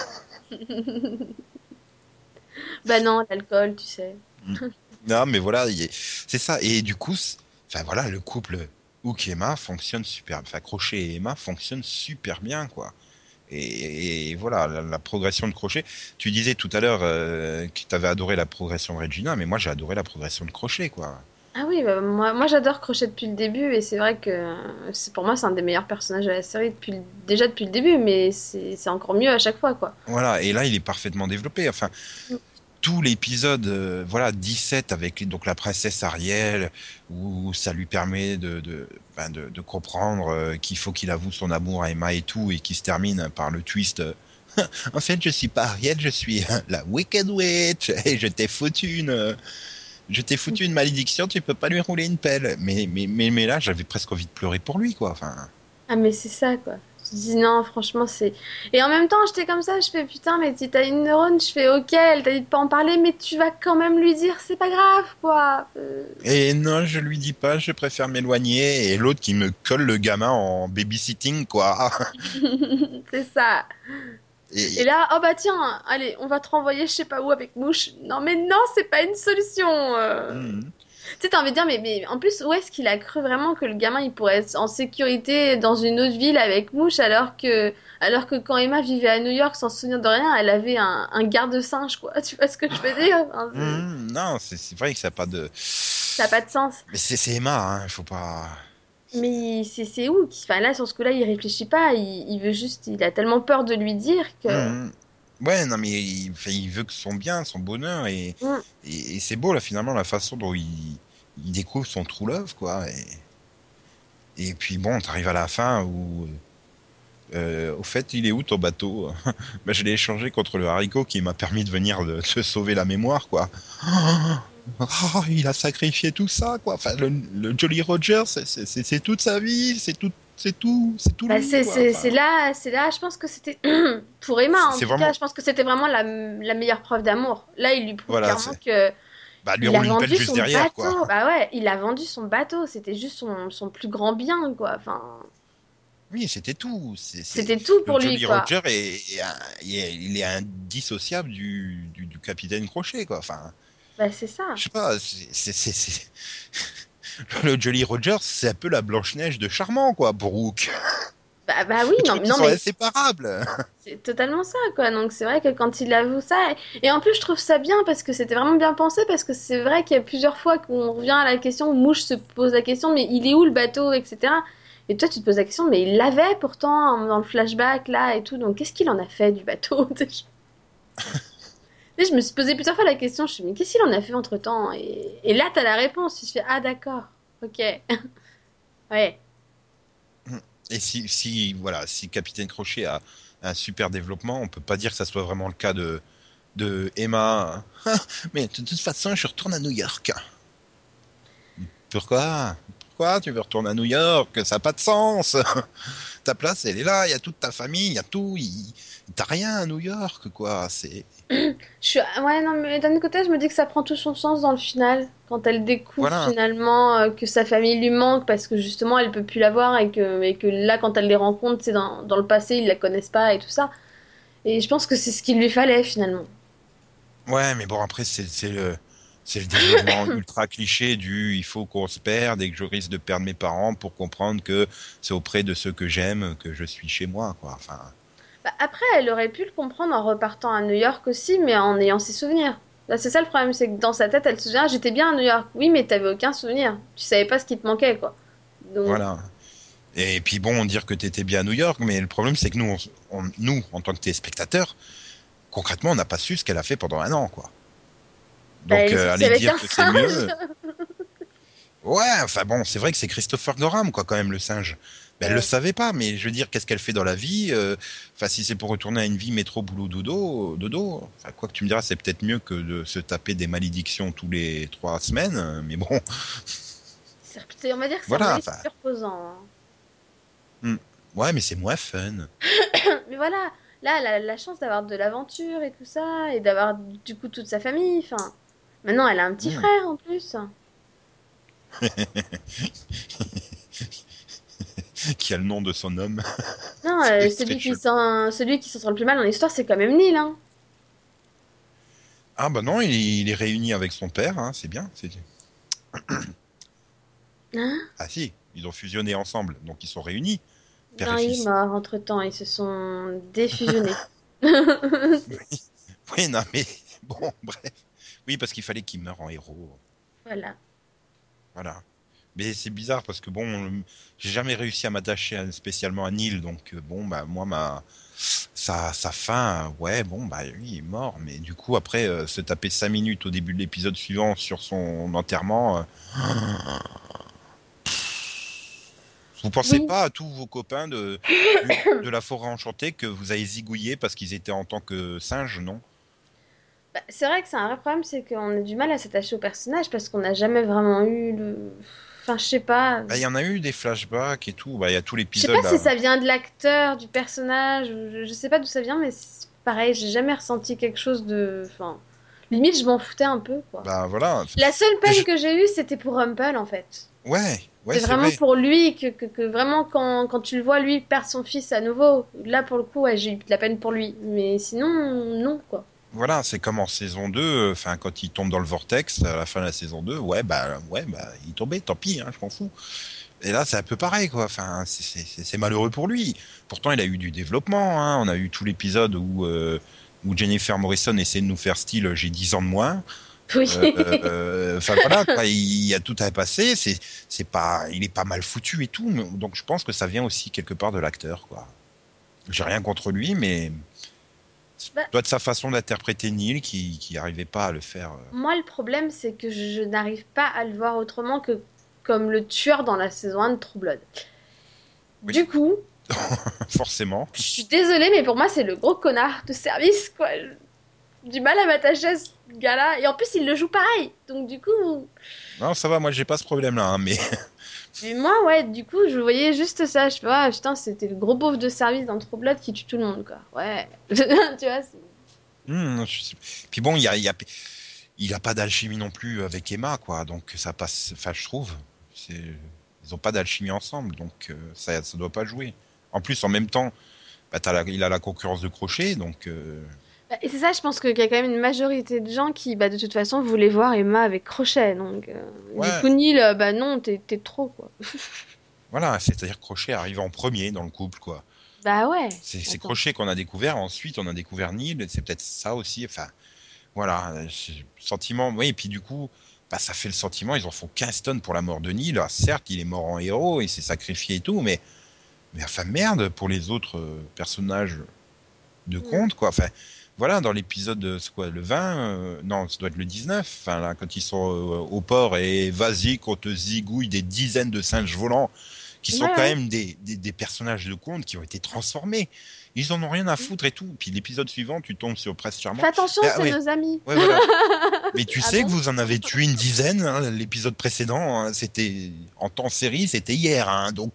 S2: Bah non, l'alcool, tu sais.
S1: Non, mais voilà, il est- c'est ça. Et du coup, c'est- enfin voilà, le couple Hook et Emma fonctionne super. Enfin, Crochet et Emma fonctionnent super bien, quoi. Et, et voilà, la, la progression de Crochet. Tu disais tout à l'heure euh, que t'avais adoré la progression de Regina, mais moi j'ai adoré la progression de Crochet, quoi.
S2: Ah oui, bah, moi, moi j'adore Crochet depuis le début et c'est vrai que euh, c'est pour moi c'est un des meilleurs personnages de la série depuis le- déjà depuis le début, mais c'est c'est encore mieux à chaque fois quoi.
S1: Voilà, et là il est parfaitement développé. Enfin,
S2: Mm.
S1: tout l'épisode, euh, voilà, dix-sept avec donc la princesse Ariel, où ça lui permet de, de, ben, de, de comprendre euh, qu'il faut qu'il avoue son amour à Emma et tout, et qui se termine par le twist. euh, En fait, je suis pas Ariel, je suis la Wicked Witch, et je t'ai foutu une, je t'ai foutu une malédiction, tu peux pas lui rouler une pelle. Mais, mais, mais, mais là, j'avais presque envie de pleurer pour lui, quoi. Enfin,
S2: Ah mais c'est ça quoi. Je dis non, franchement c'est... Et en même temps j'étais comme ça, je fais putain mais si t'as une neurone, je fais ok, elle t'a dit de pas en parler, mais tu vas quand même lui dire, c'est pas grave quoi. Euh,
S1: et non, je lui dis pas, je préfère m'éloigner. Et l'autre qui me colle le gamin en babysitting, quoi.
S2: c'est ça. Et
S1: Et,
S2: là, oh bah tiens, allez, on va te renvoyer je sais pas où avec Mouche. Non mais non, c'est pas une solution. euh.
S1: hmm.
S2: Tu sais, t'as envie de dire, mais, mais en plus, où est-ce qu'il a cru vraiment que le gamin il pourrait être en sécurité dans une autre ville avec Mouche alors que, alors que quand Emma vivait à New York sans se souvenir de rien, elle avait un, un garde-singe, quoi. Tu vois ce que je veux dire? Enfin, c'est-
S1: Hmm, non, c'est c'est vrai que ça n'a pas de.
S2: ça n'a pas de sens.
S1: Mais c'est c'est Emma, hein, faut pas.
S2: Mais c'est c'est où? qu'il- Enfin là, sur ce coup-là, il réfléchit pas. Il, il veut juste, il a tellement peur de lui dire que.
S1: Hmm, ouais, non, mais il, enfin, il veut que son bien, son bonheur, et,
S2: Hmm.
S1: et, et c'est beau là finalement la façon dont il, il découvre son true love, quoi. Et, et puis bon, t'arrives à la fin où, euh, au fait, il est où ton bateau? Ben, je l'ai échangé contre le haricot qui m'a permis de venir de se sauver la mémoire, quoi. Oh, il a sacrifié tout ça, quoi. Enfin, le, le Jolly Roger, c'est c'est- c'est- c'est toute sa vie, c'est tout, c'est tout, c'est tout
S2: Bah
S1: lui,
S2: c'est
S1: quoi.
S2: c'est c'est
S1: Enfin,
S2: là, c'est là, je pense que c'était pour Emma
S1: c'est
S2: en
S1: c'est
S2: tout cas,
S1: vraiment,
S2: je pense que c'était vraiment la, la meilleure preuve d'amour. Là, il lui prouve
S1: voilà,
S2: clairement
S1: c'est,
S2: que
S1: bah, lui
S2: il a
S1: roule une pelle
S2: vendu
S1: juste
S2: son
S1: derrière, quoi.
S2: bateau. Bah ouais, il a vendu son bateau, c'était juste son, son plus grand bien quoi. Enfin,
S1: Oui, c'était tout. C'est, c'est,
S2: c'était tout
S1: le
S2: pour lui
S1: Jolly
S2: quoi.
S1: Roger est, est un- il est, il est indissociable du, du, du capitaine Crochet, quoi. Enfin,
S2: Bah c'est ça.
S1: je sais pas, c'est, c'est, c'est- c'est- le Jolly Roger, c'est un peu la Blanche-Neige de Charmant, quoi, pour Hook.
S2: Bah bah oui,
S1: Les
S2: non
S1: trucs, ils
S2: non
S1: sont
S2: mais
S1: inséparables.
S2: c'est totalement ça quoi. Donc c'est vrai que quand il avoue ça et en plus je trouve ça bien parce que c'était vraiment bien pensé parce que c'est vrai qu'il y a plusieurs fois qu'on revient à la question, Mouche se pose la question mais il est où le bateau et cetera. Et toi, tu te poses la question, mais il l'avait pourtant dans le flashback là et tout, donc qu'est-ce qu'il en a fait du bateau? Tu sais, je me suis posé plusieurs fois la question, je me suis dit, mais qu'est-ce qu'il en a fait entre-temps? Et, et là, t'as la réponse, tu te fais, ah d'accord, ok, ouais.
S1: Et si, si, voilà, si Capitaine Crochet a un super développement, on peut pas dire que ça soit vraiment le cas de, de Emma. Mais de toute façon, je retourne à New York. Pourquoi? Pourquoi tu veux retourner à New York? Ça n'a pas de sens. Ta place, elle est là, il y a toute ta famille, il y a tout. Il... T'as rien à New York, quoi. C'est
S2: Je suis, ouais, non, mais d'un autre côté, je me dis que ça prend tout son sens dans le final, quand elle découvre
S1: voilà.
S2: finalement euh, que sa famille lui manque parce que justement elle peut plus la voir et que, et que là, quand elle les rencontre, c'est dans, dans le passé, ils la connaissent pas et tout ça. Et je pense que c'est ce qu'il lui fallait finalement.
S1: Ouais, mais bon, après, c'est c'est le, c'est le développement ultra cliché du il faut qu'on se perde et que je risque de perdre mes parents pour comprendre que c'est auprès de ceux que j'aime que je suis chez moi, quoi. Enfin,
S2: Bah, après, elle aurait pu le comprendre en repartant à New York aussi, mais en ayant ses souvenirs. Là, c'est ça le problème, c'est que dans sa tête, elle se souvient, ah, j'étais bien à New York. Oui, mais t'avais aucun souvenir. Tu savais pas ce qui te manquait, quoi. Donc,
S1: Voilà. Et puis bon, dire que t'étais bien à New York, mais le problème c'est que nous, on, on- nous, en tant que téléspectateurs, concrètement, on n'a pas su ce qu'elle a fait pendant un an, quoi.
S2: bah,
S1: Donc
S2: elle est
S1: euh,
S2: sortie
S1: aller
S2: avec
S1: dire
S2: un
S1: que c'est
S2: singe.
S1: mieux, ouais, enfin bon, c'est vrai que c'est Christopher Gorham, quoi, quand même, le singe. Ben, elle le
S2: Ouais.
S1: savait pas, mais je veux dire, qu'est-ce qu'elle fait dans la vie euh, Enfin, si c'est pour retourner à une vie métro boulot dodo, dodo. Enfin, quoi que tu me diras, c'est peut-être mieux que de se taper des malédictions tous les trois semaines. euh, Mais bon,
S2: C'est- c'est- On va dire que c'est, à mon
S1: voilà.
S2: avis,
S1: Enfin,
S2: c'est reposant, hein.
S1: hmm. Ouais, mais c'est moins fun.
S2: Mais voilà, là, elle a la chance d'avoir de l'aventure et tout ça, et d'avoir du coup toute sa famille. Enfin, maintenant, elle a un petit
S1: Hmm.
S2: frère en plus.
S1: Qui a le nom de son homme.
S2: Non, euh,
S1: C'est très
S2: celui qui
S1: chelou.
S2: s'en, celui qui s'en sort le plus mal dans l'histoire, c'est quand même Neil, hein.
S1: Ah bah non, il est, il est réuni avec son père, hein, c'est bien. c'est-
S2: Hein.
S1: Ah si, ils ont fusionné ensemble, donc ils sont réunis, père
S2: Non,
S1: et
S2: il est
S1: fils.
S2: mort entre-temps, ils se sont défusionnés.
S1: Oui, non mais bon, bref. Oui, parce qu'il fallait qu'il meure en héros.
S2: Voilà.
S1: Voilà. Mais c'est bizarre parce que bon, euh, j'ai jamais réussi à m'attacher à- spécialement à Neil, donc euh, bon, bah moi, ma sa, sa fin, euh, ouais, bon, bah lui, il est mort, mais du coup, après, euh, se taper cinq minutes au début de l'épisode suivant sur son enterrement, euh, vous pensez
S2: Oui.
S1: pas à tous vos copains de, du- de la forêt enchantée que vous avez zigouillé parce qu'ils étaient en tant que singes, non?
S2: Bah, c'est vrai que c'est un vrai problème, c'est qu'on a du mal à s'attacher au personnage parce qu'on n'a jamais vraiment eu le. Enfin, je sais pas.
S1: Bah, il y en a eu des flashbacks et tout, bah, il y a tout
S2: Je sais pas
S1: l'épisode
S2: si
S1: là.
S2: ça vient de l'acteur, du personnage, ou je, je sais pas d'où ça vient, mais c'est pareil, j'ai jamais ressenti quelque chose de. Enfin, limite, je m'en foutais un peu, quoi.
S1: Bah voilà.
S2: La seule
S1: Mais
S2: peine
S1: je-
S2: que j'ai eue, c'était pour Rumple, en fait.
S1: Ouais, ouais,
S2: C'est
S1: c'est
S2: vraiment
S1: vrai.
S2: pour lui que, que, que vraiment, quand, quand tu le vois, lui, perdre son fils à nouveau, là, pour le coup, ouais, j'ai eu de la peine pour lui. Mais sinon, non, quoi.
S1: Voilà, c'est comme en saison deux, enfin quand il tombe dans le vortex à la fin de la saison deux, ouais bah ouais bah il tombait, tant pis, hein, je m'en fous. Et là c'est un peu pareil quoi, enfin c'est c'est- c'est malheureux pour lui. Pourtant il a eu du développement, hein. On a eu tout l'épisode où euh, où Jennifer Morrison essaie de nous faire style j'ai dix ans de moins.
S2: Oui.
S1: Euh, euh, Enfin voilà quoi, il y a tout à passer, c'est c'est pas il est pas mal foutu et tout, mais- donc je pense que ça vient aussi quelque part de l'acteur quoi. J'ai rien contre lui, mais
S2: Bah,
S1: doit de sa façon d'interpréter Neil qui qui arrivait pas à le faire. euh,
S2: moi, le problème, c'est que je n'arrive pas à le voir autrement que comme le tueur dans la saison un de True Blood.
S1: Oui,
S2: Du coup,
S1: forcément.
S2: je suis désolée, mais pour moi, c'est le gros connard de service, quoi. J'ai du mal à m'attacher à ce gars-là. Et en plus, il le joue pareil. Donc, du coup,
S1: Non, ça va, moi j'ai pas ce problème-là, hein, mais
S2: mais moi, ouais, du coup, je voyais juste ça. Je fais, ah, putain, c'était le gros beauf de service dans True Blood qui tue tout le monde, quoi. Ouais. Tu vois, c'est...
S1: Hmm, je sais- puis bon, il y a, il y a, il a pas d'alchimie non plus avec Emma, quoi. Donc ça passe. Enfin, je trouve, c'est, ils ont pas d'alchimie ensemble, donc euh, ça, ça doit pas jouer. En plus, en même temps, bah, t'as la- il a la concurrence de Crochet, donc euh,
S2: Bah, et c'est ça, je pense qu'il y a quand même une majorité de gens qui, bah, de toute façon, voulaient voir Emma avec Crochet. Donc, euh, du
S1: ouais,
S2: coup, Neil, euh, bah non, t'es t'es trop, quoi.
S1: voilà, c'est-à-dire que Crochet arrive en premier dans le couple, quoi.
S2: Bah ouais,
S1: C'est c'est
S2: attends.
S1: Crochet qu'on a découvert, ensuite on a découvert Neil, c'est peut-être ça aussi. Enfin, voilà, euh, sentiment. Oui, et puis du coup, bah, ça fait le sentiment, ils en font quinze tonnes pour la mort de Neil. Alors, certes, il est mort en héros, il s'est sacrifié et tout, mais, mais enfin merde pour les autres euh, personnages de
S2: Hmm.
S1: conte, quoi. Enfin, voilà, dans l'épisode, euh, c'est quoi, le vingt euh, non, ça doit être le dix-neuf, enfin, là, quand ils sont euh, au port et vas-y, qu'on te zigouille des dizaines de singes volants, qui
S2: Ouais,
S1: sont quand
S2: ouais.
S1: même des, des, des personnages de conte qui ont été transformés. Ils en ont rien à
S2: Hmm.
S1: foutre et tout. Puis l'épisode suivant, tu tombes sur Prince
S2: Fais
S1: Charmant.
S2: attention,
S1: Ah
S2: c'est
S1: ouais,
S2: nos amis.
S1: ouais, voilà. Mais tu
S2: Ah
S1: sais que
S2: bon?
S1: vous en avez tué une dizaine, hein, l'épisode précédent, hein, c'était en temps série, c'était hier, hein, donc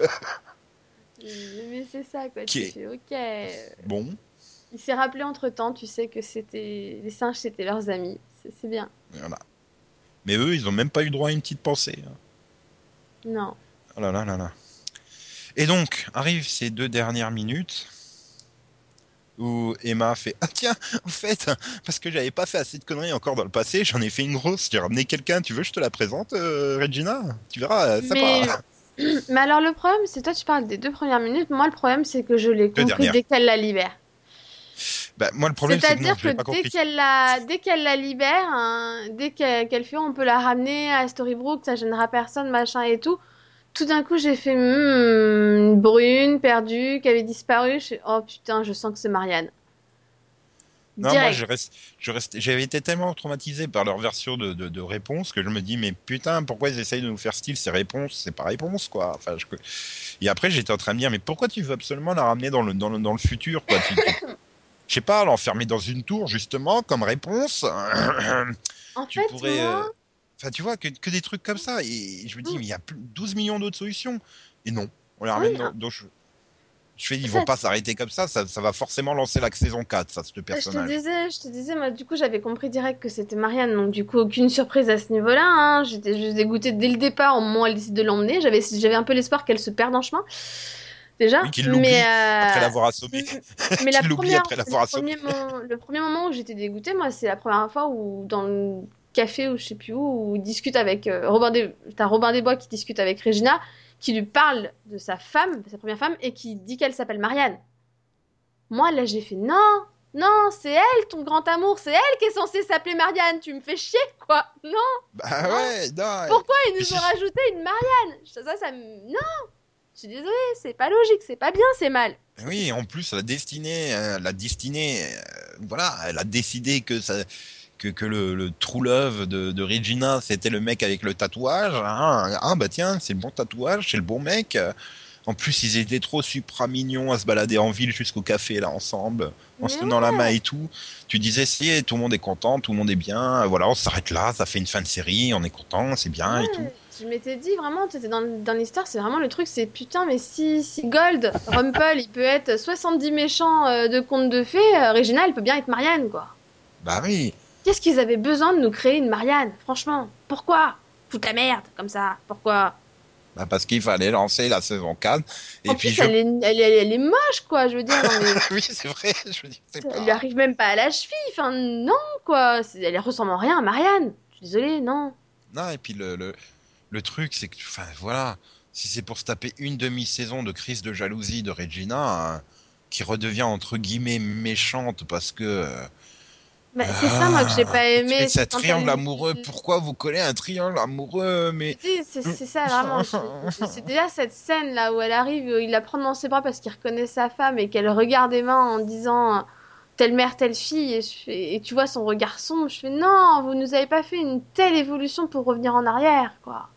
S2: Mais c'est ça, quoi. Tu
S1: ok,
S2: fais, ok.
S1: bon,
S2: Il s'est rappelé entre-temps, tu sais que c'était les singes, c'était leurs amis. C'est c'est bien.
S1: voilà. Mais eux, ils ont même pas eu droit à une petite pensée. Hein.
S2: Non.
S1: Oh là là là là. Et donc arrivent ces deux dernières minutes où Emma fait ah tiens en fait parce que j'avais pas fait assez de conneries encore dans le passé, j'en ai fait une grosse. J'ai ramené quelqu'un, tu veux je te la présente, euh, Regina? Tu verras, euh,
S2: Mais
S1: sympa.
S2: Mais alors le problème, c'est toi tu parles des deux premières minutes. Moi le problème c'est que je l'ai
S1: Deux
S2: compris
S1: dernières.
S2: dès qu'elle la libère.
S1: Bah, moi, le problème, c'est que non,
S2: C'est-à-dire
S1: je
S2: que
S1: l'ai pas
S2: dès
S1: compris.
S2: qu'elle la, dès qu'elle la libère, hein, dès qu'elle qu'elle fait, on peut la ramener à Storybrooke, ça gênera personne, machin et tout. Tout d'un coup, j'ai fait hmm, une brune, perdue, qui avait disparu. Je fais, oh putain, je sens que c'est Marianne.
S1: Non, moi, je
S2: Direct.
S1: reste, je reste, j'avais été tellement traumatisé par leur version de, de, de réponse que je me dis, mais putain, pourquoi ils essayent de nous faire style ces réponses? C'est pas réponse, quoi. Enfin, je... Et après, j'étais en train de me dire, mais pourquoi tu veux absolument la ramener dans le, dans le, dans le futur, quoi? Tu, tu, je sais pas, l'enfermer dans une tour, justement, comme réponse.
S2: En
S1: Tu
S2: fait,
S1: pourrais.
S2: moi,
S1: euh, Enfin, tu vois, que, que des trucs comme ça. Et je me dis,
S2: hmm,
S1: mais il y a plus- douze millions d'autres solutions. Et non, on les
S2: oui,
S1: ramène dans.
S2: hein,
S1: dans- je, je fais, ils vont
S2: ça,
S1: pas s'arrêter comme ça, ça. Ça va forcément lancer la saison quatre, ça, ce
S2: je te
S1: personnage.
S2: disais, je te disais, moi, du coup, j'avais compris direct que c'était Marianne, donc du coup, aucune surprise à ce niveau-là, hein. J'étais juste dégoûtée dès le départ, au moment où elle décide de l'emmener. J'avais, j'avais un peu l'espoir qu'elle se perde en chemin,
S1: Oui,
S2: déjà.
S1: qu'il
S2: Mais,
S1: l'oublie après l'avoir
S2: euh,
S1: assommé.
S2: m- mais la
S1: Qu'il l'oublie
S2: première,
S1: après
S2: le
S1: l'avoir assommé.
S2: premier moment, le premier moment où j'étais dégoûtée, moi, c'est la première fois où, dans le café ou je sais plus où, où il discute avec euh, Robin des, t'as Robin des Bois qui discute avec Regina, qui lui parle de sa femme, de sa première femme, et qui dit qu'elle s'appelle Marianne. Moi, là, j'ai fait non, non, c'est elle ton grand amour, c'est elle qui est censée s'appeler Marianne. Tu me fais chier, quoi. Non,
S1: Bah
S2: non.
S1: ouais, non. et-
S2: Pourquoi ils
S1: Puis
S2: nous ont
S1: c'est-
S2: rajouté une Marianne? Ça, ça, ça me... Non, je suis désolée, c'est pas logique, c'est pas bien, c'est mal.
S1: oui, en plus, la destinée, euh, la destinée, euh, voilà, elle a décidé que ça, que, que le, le true love de, de Regina, c'était le mec avec le tatouage. Hein. Ah bah tiens, c'est le bon tatouage, c'est le bon mec. En plus, ils étaient trop supra mignons à se balader en ville jusqu'au café là ensemble, en se
S2: Mais
S1: tenant la main
S2: ouais,
S1: et tout. Tu disais si tout le monde est content, tout le monde est bien. Voilà, on s'arrête là, ça fait une fin de série, on est content, c'est bien et tout.
S2: ouais. Je m'étais dit vraiment, tu étais dans, dans l'histoire, c'est vraiment le truc, c'est putain, mais si, si Gold, Rumple, il peut être soixante-dix méchants euh, de contes de fées, euh, Regina, elle peut bien être Marianne, quoi.
S1: Bah oui.
S2: Qu'est-ce qu'ils avaient besoin de nous créer une Marianne? Franchement, pourquoi? Foutre la merde, comme ça, pourquoi?
S1: Bah parce qu'il fallait lancer la saison quatre. Et
S2: En
S1: puis
S2: plus,
S1: je...
S2: elle est, elle, est- elle est moche, quoi, je veux dire, non mais,
S1: oui, c'est vrai, je me dis, c'est
S2: elle lui
S1: pas...
S2: arrive même pas à la cheville, enfin, non, quoi, c'est- elle ressemble en rien à Marianne. Je suis désolée, non.
S1: Non, et puis le, le, le truc, c'est que, enfin, voilà, si c'est pour se taper une demi-saison de crise de jalousie de Regina, euh, qui redevient entre guillemets méchante parce que euh,
S2: Bah, c'est ça, moi, que j'ai
S1: ah,
S2: pas
S1: et tu
S2: aimé,
S1: es
S2: c'est
S1: un
S2: quand
S1: triangle
S2: elle...
S1: amoureux, pourquoi vous collez un triangle amoureux,
S2: Je
S1: mais
S2: te dis, c'est c'est ça, vraiment, je- je- c'est déjà cette scène-là où elle arrive, où il la prend dans ses bras parce qu'il reconnaît sa femme et qu'elle regarde Emma en disant... euh, telle mère, telle fille, et, je fais- et tu vois son regard sombre, je fais non, vous nous avez pas fait une telle évolution pour revenir en arrière, quoi.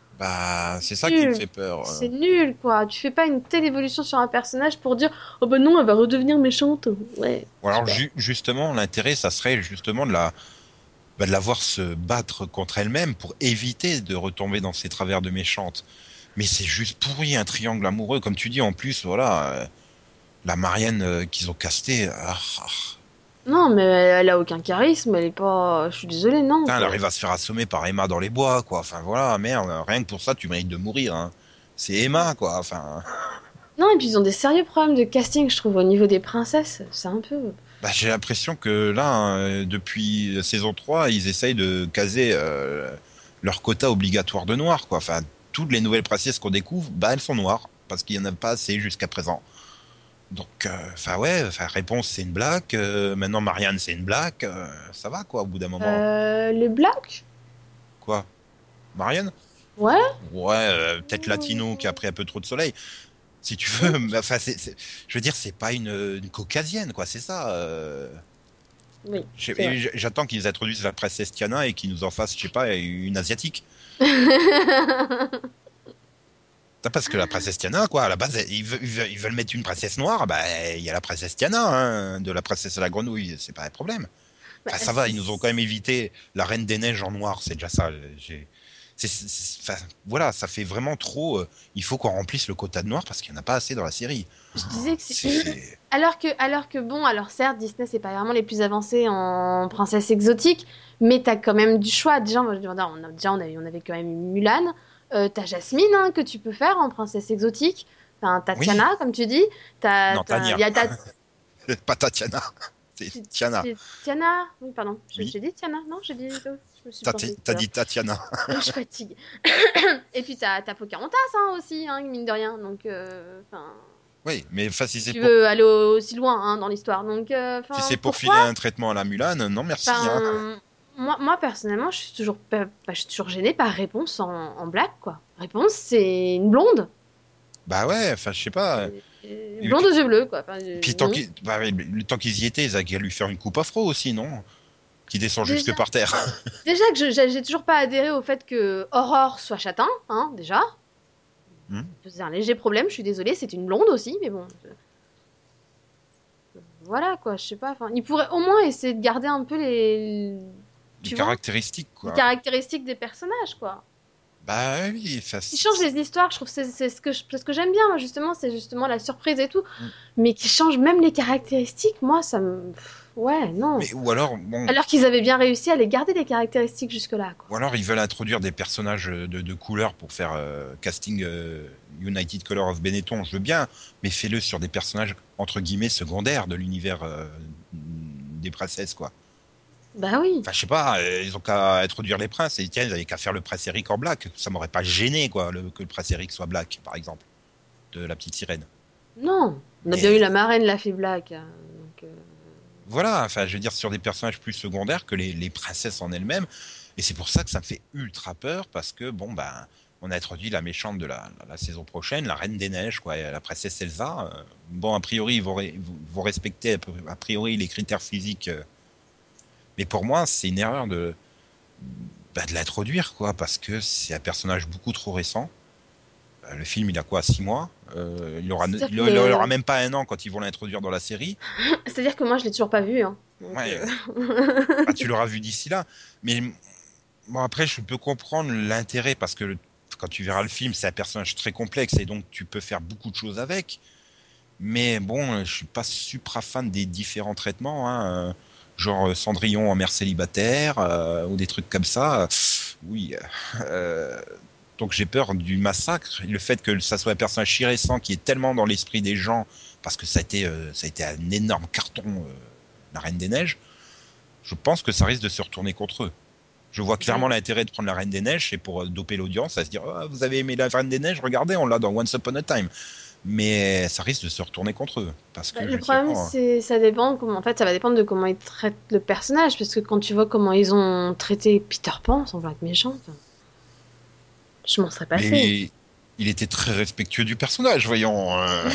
S1: bah c'est ça qui me
S2: Nul.
S1: fait peur. euh.
S2: C'est nul, quoi. Tu fais pas une telle évolution sur un personnage pour dire, oh ben non, elle va redevenir méchante. Ouais,
S1: Ou alors
S2: super.
S1: ju- justement, l'intérêt, ça serait justement de la bah, de la voir se battre contre elle-même pour éviter de retomber dans ses travers de méchante. Mais c'est juste pourri un triangle amoureux, comme tu dis en plus, voilà. euh, La Marianne euh, qu'ils ont castée, ah, ah.
S2: Non, mais elle a aucun charisme, elle est pas. Je suis désolée, non,
S1: Putain, elle
S2: quoi.
S1: arrive à se faire assommer par Emma dans les bois, quoi. Enfin voilà, merde, rien que pour ça, tu mérites de mourir. Hein. C'est Emma, quoi. Enfin,
S2: Non, et puis ils ont des sérieux problèmes de casting, je trouve, au niveau des princesses. C'est un peu.
S1: bah, j'ai l'impression que là, hein, depuis la saison trois, ils essayent de caser euh, leur quota obligatoire de noir, quoi. Enfin, toutes les nouvelles princesses qu'on découvre, bah, elles sont noires, parce qu'il y en a pas assez jusqu'à présent. Donc, euh, enfin ouais, enfin réponse c'est une blague. euh, maintenant Marianne c'est une blague. euh, ça va quoi au bout d'un moment.
S2: Euh, les Blacks?
S1: Quoi? Marianne?
S2: Ouais.
S1: Ouais, euh, peut-être latino qui a
S2: Mmh,
S1: pris un peu trop de soleil, si tu veux.
S2: oui.
S1: Mais enfin, c'est, c'est- je veux dire, c'est pas une, une caucasienne, quoi, c'est ça. euh.
S2: Oui,
S1: Je sais-
S2: c'est vrai.
S1: et j- J'attends qu'ils introduisent la princesse Tiana et qu'ils nous en fassent, je sais pas, une asiatique. Ça, parce que la princesse Tiana, quoi, à la base, ils veulent, ils veulent- ils veulent mettre une princesse noire, bah, il y a la princesse Tiana, hein, de la princesse à la grenouille, c'est pas un problème.
S2: Bah,
S1: Enfin, ça va, ils nous ont quand
S2: c'est-
S1: même évité la Reine des Neiges en noir, c'est déjà ça. J'ai, c'est, c'est- c'est- enfin, voilà, ça fait vraiment trop. euh, il faut qu'on remplisse le quota de noir parce qu'il n'y en a pas assez dans la série.
S2: je disais que c'est.
S1: C'est, c'est-
S2: Alors que, alors que bon, alors certes, Disney, c'est pas vraiment les plus avancés en princesse exotique, mais t'as quand même du choix. Déjà, moi, je- on a, déjà, on avait, on avait quand même Mulan. Euh, t'as Jasmine, hein, que tu peux faire en princesse exotique. T'as un
S1: Oui,
S2: Tatiana, comme tu dis. T'as,
S1: non,
S2: t'as,
S1: Tania,
S2: y a ta-
S1: pas Tatiana. C'est
S2: Ti-
S1: Tiana.
S2: Ti- Tiana, oui, pardon. J'ai
S1: Oui.
S2: j'ai dit Tiana, non? J'ai dit. Je me suis
S1: T'as,
S2: plantée.
S1: t'as dit Tatiana.
S2: Je fatigue. Et puis t'as t'as Pocahontas hein, aussi, hein, mine de rien. Donc, euh, enfin,
S1: Oui, mais enfin, si
S2: si
S1: c'est
S2: tu
S1: pour,
S2: veux aller aussi loin hein, dans l'histoire. Donc, euh,
S1: si
S2: enfin,
S1: c'est pour
S2: pourquoi?
S1: filer un traitement à la Mulan, non merci, hein.
S2: Enfin, moi, moi personnellement, je suis toujours, pas- pas- je suis toujours gênée par Réponse en, en black, quoi. Réponse, c'est une blonde.
S1: Bah ouais, enfin, je sais pas.
S2: Euh, euh,
S1: Et
S2: Blonde
S1: puis,
S2: aux yeux bleus, quoi. Enfin, euh,
S1: puis tant
S2: non.
S1: qu'ils, bah ouais, le temps qu'ils y étaient, ils avaient qu'à lui faire une coupe afro aussi, non? Qui descend jusque
S2: Déjà,
S1: par terre.
S2: déjà que je- j'ai j'ai toujours pas adhéré au fait que Aurore soit châtain, hein, déjà.
S1: Hmm.
S2: C'est un léger problème, je suis désolée, c'est une blonde aussi, mais bon. Voilà quoi, je sais pas. Enfin, il pourrait au moins essayer de garder un peu les,
S1: Les
S2: tu vois,
S1: caractéristiques,
S2: les
S1: quoi.
S2: caractéristiques des personnages quoi.
S1: Bah oui, enfin,
S2: Qui change
S1: c'est-
S2: les histoires, je trouve que c'est c'est ce que je- ce que j'aime bien moi justement, c'est justement la surprise et tout.
S1: hmm.
S2: Mais qui change même les caractéristiques, moi ça me, pff, ouais non.
S1: Mais ou alors, bon,
S2: Alors qu'ils avaient bien réussi à les garder les caractéristiques jusque là quoi.
S1: ou alors ils veulent introduire des personnages de, de couleur pour faire euh, casting euh, United Color of Benetton, je veux bien, mais fais-le sur des personnages entre guillemets secondaires de l'univers euh, des princesses, quoi.
S2: Bah oui.
S1: Enfin, je sais pas, euh, ils ont qu'à introduire les princes et tiens, ils avaient qu'à faire le prince Eric en black. Ça m'aurait pas gêné, quoi, le- que le prince Eric soit black, par exemple, de la petite sirène.
S2: Non, on a bien eu
S1: Mais
S2: la marraine, la fille black. Hein, donc, euh,
S1: voilà, enfin, je veux dire, sur des personnages plus secondaires que les, les princesses en elles-mêmes. Et c'est pour ça que ça me fait ultra peur, parce que, bon, ben, on a introduit la méchante de la, la saison prochaine, la Reine des Neiges, quoi, la princesse Elsa. Euh, bon, a priori, ils vont, ré- vont respecter, a priori, les critères physiques. euh, mais pour moi, c'est une erreur de, bah, de l'introduire, quoi, parce que c'est un personnage beaucoup trop récent. Euh, Le film, il a quoi, six mois? Euh, il aura,
S2: C'est-à-dire
S1: il
S2: que,
S1: aura il aura
S2: mais...
S1: même pas un an quand ils vont l'introduire dans la série.
S2: C'est-à-dire que moi je l'ai toujours pas vu. Hein. Donc,
S1: Ouais,
S2: euh,
S1: bah, tu l'auras vu d'ici là. Mais bon, après, je peux comprendre l'intérêt parce que le- quand tu verras le film, c'est un personnage très complexe et donc tu peux faire beaucoup de choses avec. Mais bon, je suis pas supra fan des différents traitements, hein, euh, genre euh, Cendrillon en mère célibataire euh, ou des trucs comme ça. Oui. euh, donc j'ai peur du massacre. Le fait que ça soit un personnage si récent qui est tellement dans l'esprit des gens, parce que ça a été, euh, ça a été un énorme carton, euh, la Reine des Neiges. Je pense que ça risque de se retourner contre eux. Je vois
S2: bah,
S1: clairement l'intérêt de prendre la Reine des Neiges, c'est pour euh, doper l'audience, à se dire oh, vous avez aimé la Reine des Neiges, regardez, on l'a dans Once Upon a Time. Mais ça risque de se retourner contre eux, parce
S2: bah,
S1: que
S2: le problème,
S1: justement,
S2: c'est ça dépend comment. En fait, ça va dépendre de comment ils traitent le personnage, parce que quand tu vois comment ils ont traité Peter Pan, sans vouloir être méchant, enfin, je m'en serais passé.
S1: mais il était très respectueux du personnage, voyons. euh.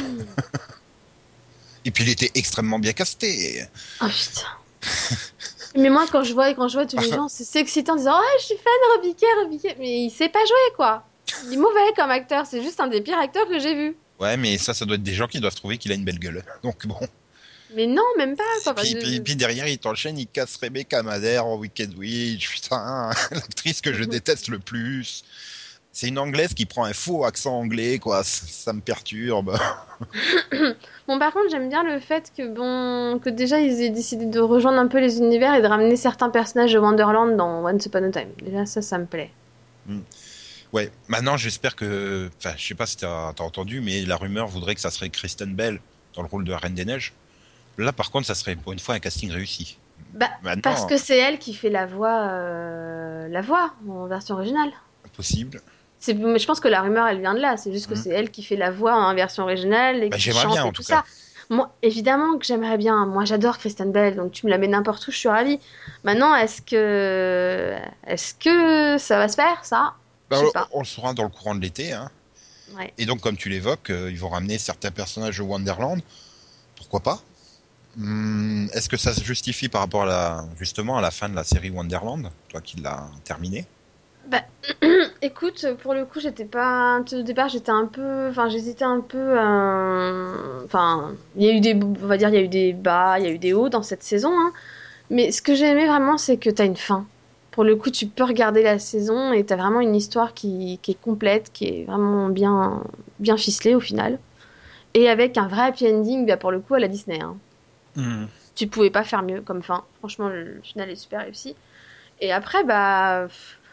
S1: Et puis il était extrêmement bien casté.
S2: Oh putain. Mais moi, quand je vois, quand je vois tous les gens, c'est c'est excitant en disant oh, je suis fan de Robbie Robbie mais il sait pas jouer quoi. Il est mauvais comme acteur, c'est juste un des pires acteurs que j'ai vu.
S1: Ouais, mais ça, ça doit être des gens qui doivent trouver qu'il a une belle gueule. Donc bon.
S2: Mais non, même pas
S1: Et
S2: quoi. Enfin,
S1: puis, puis,
S2: je-
S1: puis derrière, il t'enchaîne, il casse Rebecca Madère en Wicked Witch, putain, l'actrice que je déteste le plus. C'est une anglaise qui prend un faux accent anglais, quoi. Ça, ça me perturbe.
S2: Bon, par contre, j'aime bien le fait que, bon, que déjà ils aient décidé de rejoindre un peu les univers et de ramener certains personnages de Wonderland dans Once Upon a Time. Déjà, ça, ça me plaît.
S1: Hmm. Ouais, maintenant j'espère que. Enfin, je sais pas si t'as as entendu, mais la rumeur voudrait que ça serait Kristen Bell dans le rôle de la Reine des Neiges. Là, par contre, ça serait pour une fois un casting réussi.
S2: Bah, parce
S1: Maintenant,
S2: que c'est elle qui fait la voix, euh, la voix en version originale.
S1: impossible.
S2: C'est, mais je pense que la rumeur, elle vient de là. C'est juste que
S1: Hmm.
S2: c'est elle qui fait la voix en version originale et
S1: Bah,
S2: qui
S1: j'aimerais bien
S2: chante et
S1: en
S2: tout
S1: tout cas.
S2: ça. Moi, évidemment que j'aimerais bien. Moi, j'adore Kristen Bell, donc tu me la mets n'importe où, je suis ravie. Maintenant, est-ce que, est-ce que ça va se faire, ça? Je
S1: Bah,
S2: sais
S1: on,
S2: pas.
S1: on le saura dans le courant de l'été, hein.
S2: Ouais.
S1: Et donc, comme tu l'évoques, euh, ils vont ramener certains personnages de Wonderland. Pourquoi pas? Hmm, est-ce que ça se justifie par rapport à la, justement à la fin de la série Wonderland, toi qui l'as terminée?
S2: Bah, écoute, pour le coup, j'étais pas. Au départ, j'étais un peu. Enfin, j'hésitais un peu. euh, Enfin, il y a eu des. On va dire, il y a eu des bas, il y a eu des hauts dans cette saison. Hein. Mais ce que j'ai aimé vraiment, c'est que t'as une fin. Pour le coup, tu peux regarder la saison et t'as vraiment une histoire qui, qui est complète, qui est vraiment bien, bien ficelée au final. Et avec un vrai happy ending, bah, pour le coup, à la Disney. Hein.
S1: Hmm.
S2: Tu pouvais pas faire mieux comme fin. Franchement, le final est super réussi. Et après, bah.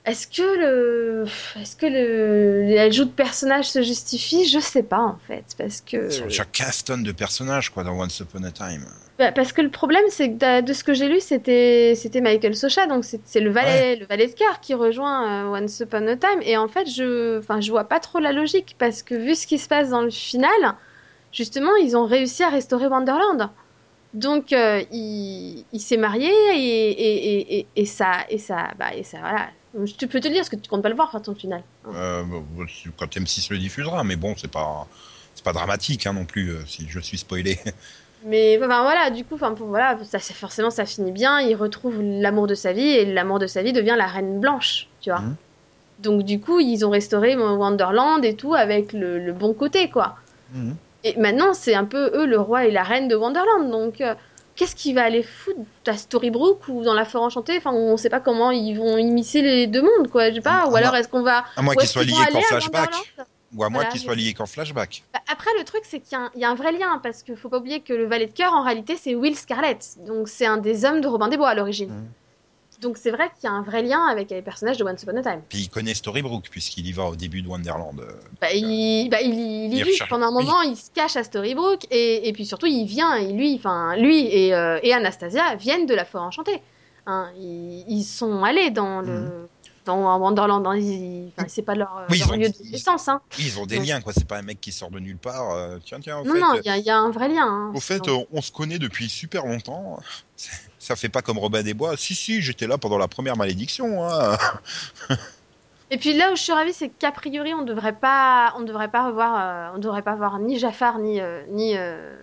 S2: Est-ce que le, est-ce que le, l'ajout de personnages se justifie? Je sais pas en fait, parce
S1: Sur
S2: que,
S1: chaque caston de personnages, quoi, dans Once Upon a Time.
S2: bah, parce que le problème c'est que de, de ce que j'ai lu, c'était, c'était Michael Socha, donc c'est, c'est le
S1: Ouais.
S2: valet, le valet de cœur qui rejoint euh, Once Upon a Time, et en fait je, enfin je vois pas trop la logique, parce que vu ce qui se passe dans le final, justement ils ont réussi à restaurer Wonderland. Donc, euh, il, il s'est marié et, et, et, et, et ça, et ça, bah, et ça, voilà. Je peux te le dire parce que tu comptes pas le voir, enfin, ton final. Hein.
S1: Euh, bon, quand M six le diffusera, mais bon, c'est pas, c'est pas dramatique hein, non plus, euh, si je suis spoilé.
S2: Mais enfin, voilà, du coup, enfin, pour, voilà, ça, c'est forcément, ça finit bien. Il retrouve l'amour de sa vie et l'amour de sa vie devient la Reine Blanche, tu vois.
S1: Hmm.
S2: Donc, du coup, ils ont restauré Wonderland et tout avec le, le bon côté, quoi.
S1: Hmm.
S2: Et maintenant, c'est un peu eux, le roi et la reine de Wonderland. Donc, euh, qu'est-ce qu'il va aller foutre à Storybrooke ou dans la Forêt Enchantée? Enfin, on sait pas comment ils vont immiscer les deux mondes, quoi. Je sais
S1: À,
S2: pas. Ou
S1: à
S2: alors,
S1: moi,
S2: est-ce qu'on va,
S1: à moi
S2: où
S1: qu'il
S2: est-ce
S1: soit
S2: qu'ils vont
S1: lié
S2: aller
S1: qu'en
S2: à Wonderland?
S1: flashback. Ou à moi
S2: Voilà.
S1: qu'il soit lié qu'en flashback.
S2: Bah, après, le truc, c'est qu'il y a un, il y a un vrai lien parce qu'il faut pas oublier que le valet de cœur, en réalité, c'est Will Scarlett. Donc, c'est un des hommes de Robin des Bois à l'origine.
S1: Hmm.
S2: Donc, c'est vrai qu'il y a un vrai lien avec les personnages de Once Upon a Time.
S1: Puis il connaît Storybrooke, puisqu'il y va au début de Wonderland. euh,
S2: Bah,
S1: donc, euh,
S2: il, bah, il, y- il y
S1: il
S2: vit.
S1: recherche.
S2: Pendant un
S1: Oui.
S2: moment, il se cache à Storybrooke et, et puis surtout, il vient. Et lui, enfin, lui et, euh, et Anastasia viennent de la Forêt Enchantée. Hein, ils, ils sont allés dans
S1: Hmm.
S2: le dans Wonderland. Hein, ils- enfin, c'est pas leur,
S1: Oui, ils
S2: leur
S1: ont,
S2: lieu de
S1: ils,
S2: naissance. Hein.
S1: oui, ils ont des
S2: Donc,
S1: liens, quoi. C'est pas un mec qui sort de nulle part. euh, tiens, tiens, au
S2: non,
S1: fait,
S2: non,
S1: euh,
S2: il y a, il y a un vrai lien. Hein,
S1: au fait,
S2: donc,
S1: euh, on se connaît depuis super longtemps. Ça fait pas comme Robin des Bois. Si, si, j'étais là pendant la première malédiction. Hein.
S2: et puis là où je suis ravie, c'est qu'a priori, on devrait pas, on devrait pas revoir, euh, on devrait pas voir ni Jafar, ni, euh, ni, euh,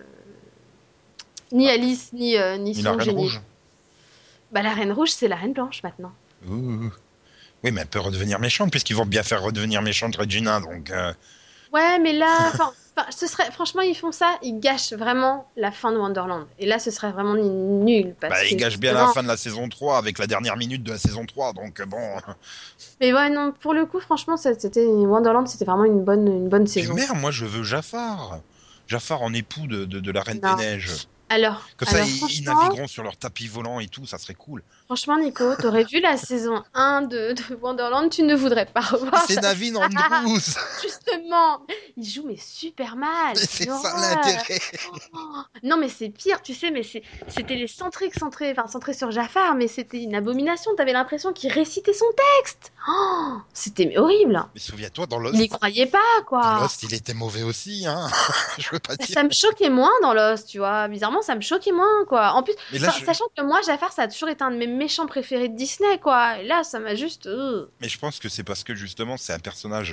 S2: ni Alice, ni, euh, ni
S1: Ni la
S2: son
S1: Reine
S2: génie.
S1: Rouge.
S2: Bah, la Reine Rouge, c'est la Reine Blanche maintenant.
S1: Ouh. Oui, mais elle peut redevenir méchante, puisqu'ils vont bien faire redevenir méchante Regina. Donc, euh,
S2: Ouais, mais là, enfin, enfin, ce serait, franchement, ils font ça, ils gâchent vraiment la fin de Wonderland. Et là, ce serait vraiment ni- nul
S1: bah,
S2: parce
S1: ils
S2: que
S1: gâchent bien la
S2: justement.
S1: fin de la saison trois avec la dernière minute de la saison trois. Donc, euh, bon.
S2: Mais ouais, non, pour le coup, franchement, ça- c'était Wonderland, c'était vraiment une bonne, une bonne
S1: Puis
S2: saison.
S1: merde, moi, je veux Jafar. Jafar en époux de, de, de la Reine des
S2: Non.
S1: Neiges.
S2: Alors,
S1: Comme ça,
S2: alors,
S1: ils, ils
S2: franchement.
S1: navigueront sur leur tapis volant et tout, ça serait cool.
S2: Franchement, Nico, t'aurais vu la saison un de, de Wonderland, tu ne voudrais pas
S1: Mais
S2: revoir
S1: c'est
S2: Jafar.
S1: Navin Andrews.
S2: Justement, il joue mais super mal,
S1: Mais
S2: c'est
S1: c'est
S2: une
S1: ça
S2: horreur.
S1: l'intérêt.
S2: Oh, non mais c'est pire, tu sais, mais c'est, c'était les centriques centrés, enfin centrés sur Jafar, mais c'était une abomination. T'avais l'impression qu'il récitait son texte. Oh, c'était horrible.
S1: Mais souviens-toi, dans
S2: Il y
S1: Lost,
S2: croyait pas,
S1: dans
S2: quoi.
S1: Lost, il était mauvais aussi, hein. Je veux pas dire.
S2: Ça me choquait moins dans Lost, tu vois. Bizarrement, ça me choquait moins, quoi. En plus,
S1: Mais là,
S2: enfin,
S1: je,
S2: sachant que moi, Jafar, ça a toujours été un de mes méchants préférés de Disney, quoi. Et là, ça m'a juste. euh.
S1: mais je pense que c'est parce que justement, c'est un personnage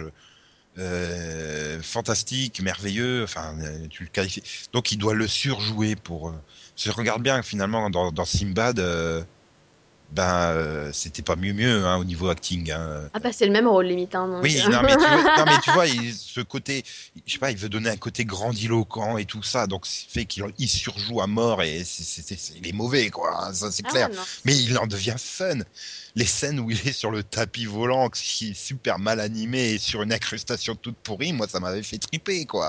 S1: euh, fantastique, merveilleux. Enfin, euh, tu le qualifies. Donc, il doit le surjouer pour. Euh... Je regarde bien finalement dans, dans Sinbad. Euh, ben, euh, c'était pas mieux mieux hein, au niveau acting. Hein.
S2: Ah bah c'est le même rôle limite, hein, donc.
S1: Oui, non mais tu vois, non mais tu vois, il, ce côté, je sais pas, il veut donner un côté grandiloquent et tout ça, donc ce qui fait qu'il il surjoue à mort et c'est, c'est, c'est, c'est- il est mauvais quoi, hein, ça c'est
S2: Ah
S1: clair.
S2: ouais, non.
S1: Mais il en devient fun. Les scènes où il est sur le tapis volant, qui est super mal animé et sur une incrustation toute pourrie, moi ça m'avait fait triper quoi.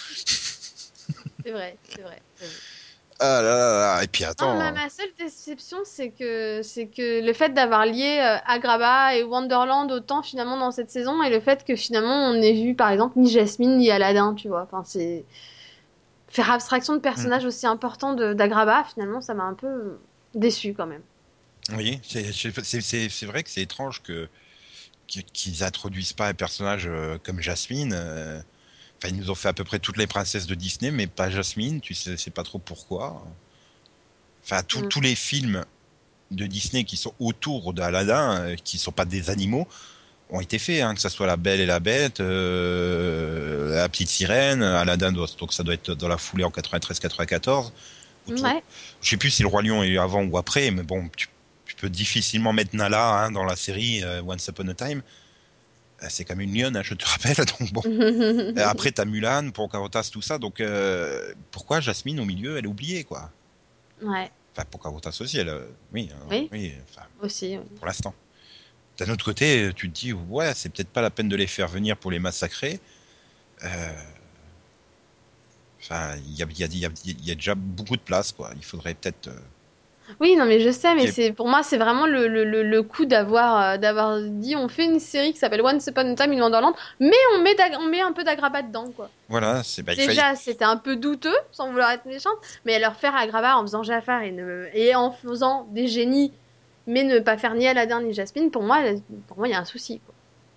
S2: C'est vrai, c'est vrai, j'avoue.
S1: Ah là là là. Et puis
S2: Non, ma,
S1: attends,
S2: ma seule déception, c'est que, c'est que le fait d'avoir lié euh, Agrabah et Wonderland autant finalement dans cette saison et le fait que finalement on ait vu par exemple ni Jasmine ni Aladdin, tu vois. Enfin, c'est faire abstraction de
S1: hmm,
S2: personnages aussi importants de- d'Agrabah, finalement, ça m'a un peu déçu quand même.
S1: oui, c'est, c'est, c'est, c'est vrai que c'est étrange que qu'ils introduisent pas un personnage euh, comme Jasmine. euh, Enfin, ils nous ont fait à peu près toutes les princesses de Disney, mais pas Jasmine, tu sais, c'est pas trop pourquoi. Enfin, tous
S2: Mm.
S1: tous les films de Disney qui sont autour d'Aladin, euh, qui sont pas des animaux, ont été faits, hein, que ça soit La Belle et la Bête, euh, La Petite Sirène, Aladdin, doit, donc ça doit être dans la foulée en quatre-vingt-treize quatre-vingt-quatorze. Autour,
S2: Ouais.
S1: je sais plus si le Roi Lion est eu avant ou après, mais bon, tu, tu peux difficilement mettre Nala hein, dans la série euh, Once Upon a Time. Euh, C'est comme une lionne, hein, je te rappelle. Donc bon. Euh, Après, t'as Mulan, Pocahontas, tout ça. Donc, euh, pourquoi Jasmine au milieu, elle est oubliée, quoi.
S2: Ouais.
S1: Enfin, Pocahontas aussi, elle, euh, oui, euh,
S2: Oui,
S1: oui, enfin,
S2: aussi. Oui.
S1: pour l'instant. D'un autre côté, tu te dis, ouais, c'est peut-être pas la peine de les faire venir pour les massacrer. Euh, Enfin, il y a, il y, a, il y, a, il y a déjà beaucoup de place, quoi. Il faudrait peut-être. euh,
S2: Oui, non, mais je sais,
S1: Qui
S2: mais
S1: est...
S2: c'est pour moi, c'est vraiment le, le, le, le coup d'avoir euh, d'avoir dit on fait une série qui s'appelle Once Upon a Time in Wonderland, mais on met, d'ag- on met un peu d'Agraba dedans, quoi.
S1: Voilà, c'est, bah, il fallait...
S2: Déjà, c'était un peu douteux, sans vouloir être méchante, mais leur faire Agraba en faisant Jafar et, ne... et en faisant des génies, mais ne pas faire ni Aladdin ni Jasmine, pour moi, pour moi, il y a un souci, quoi.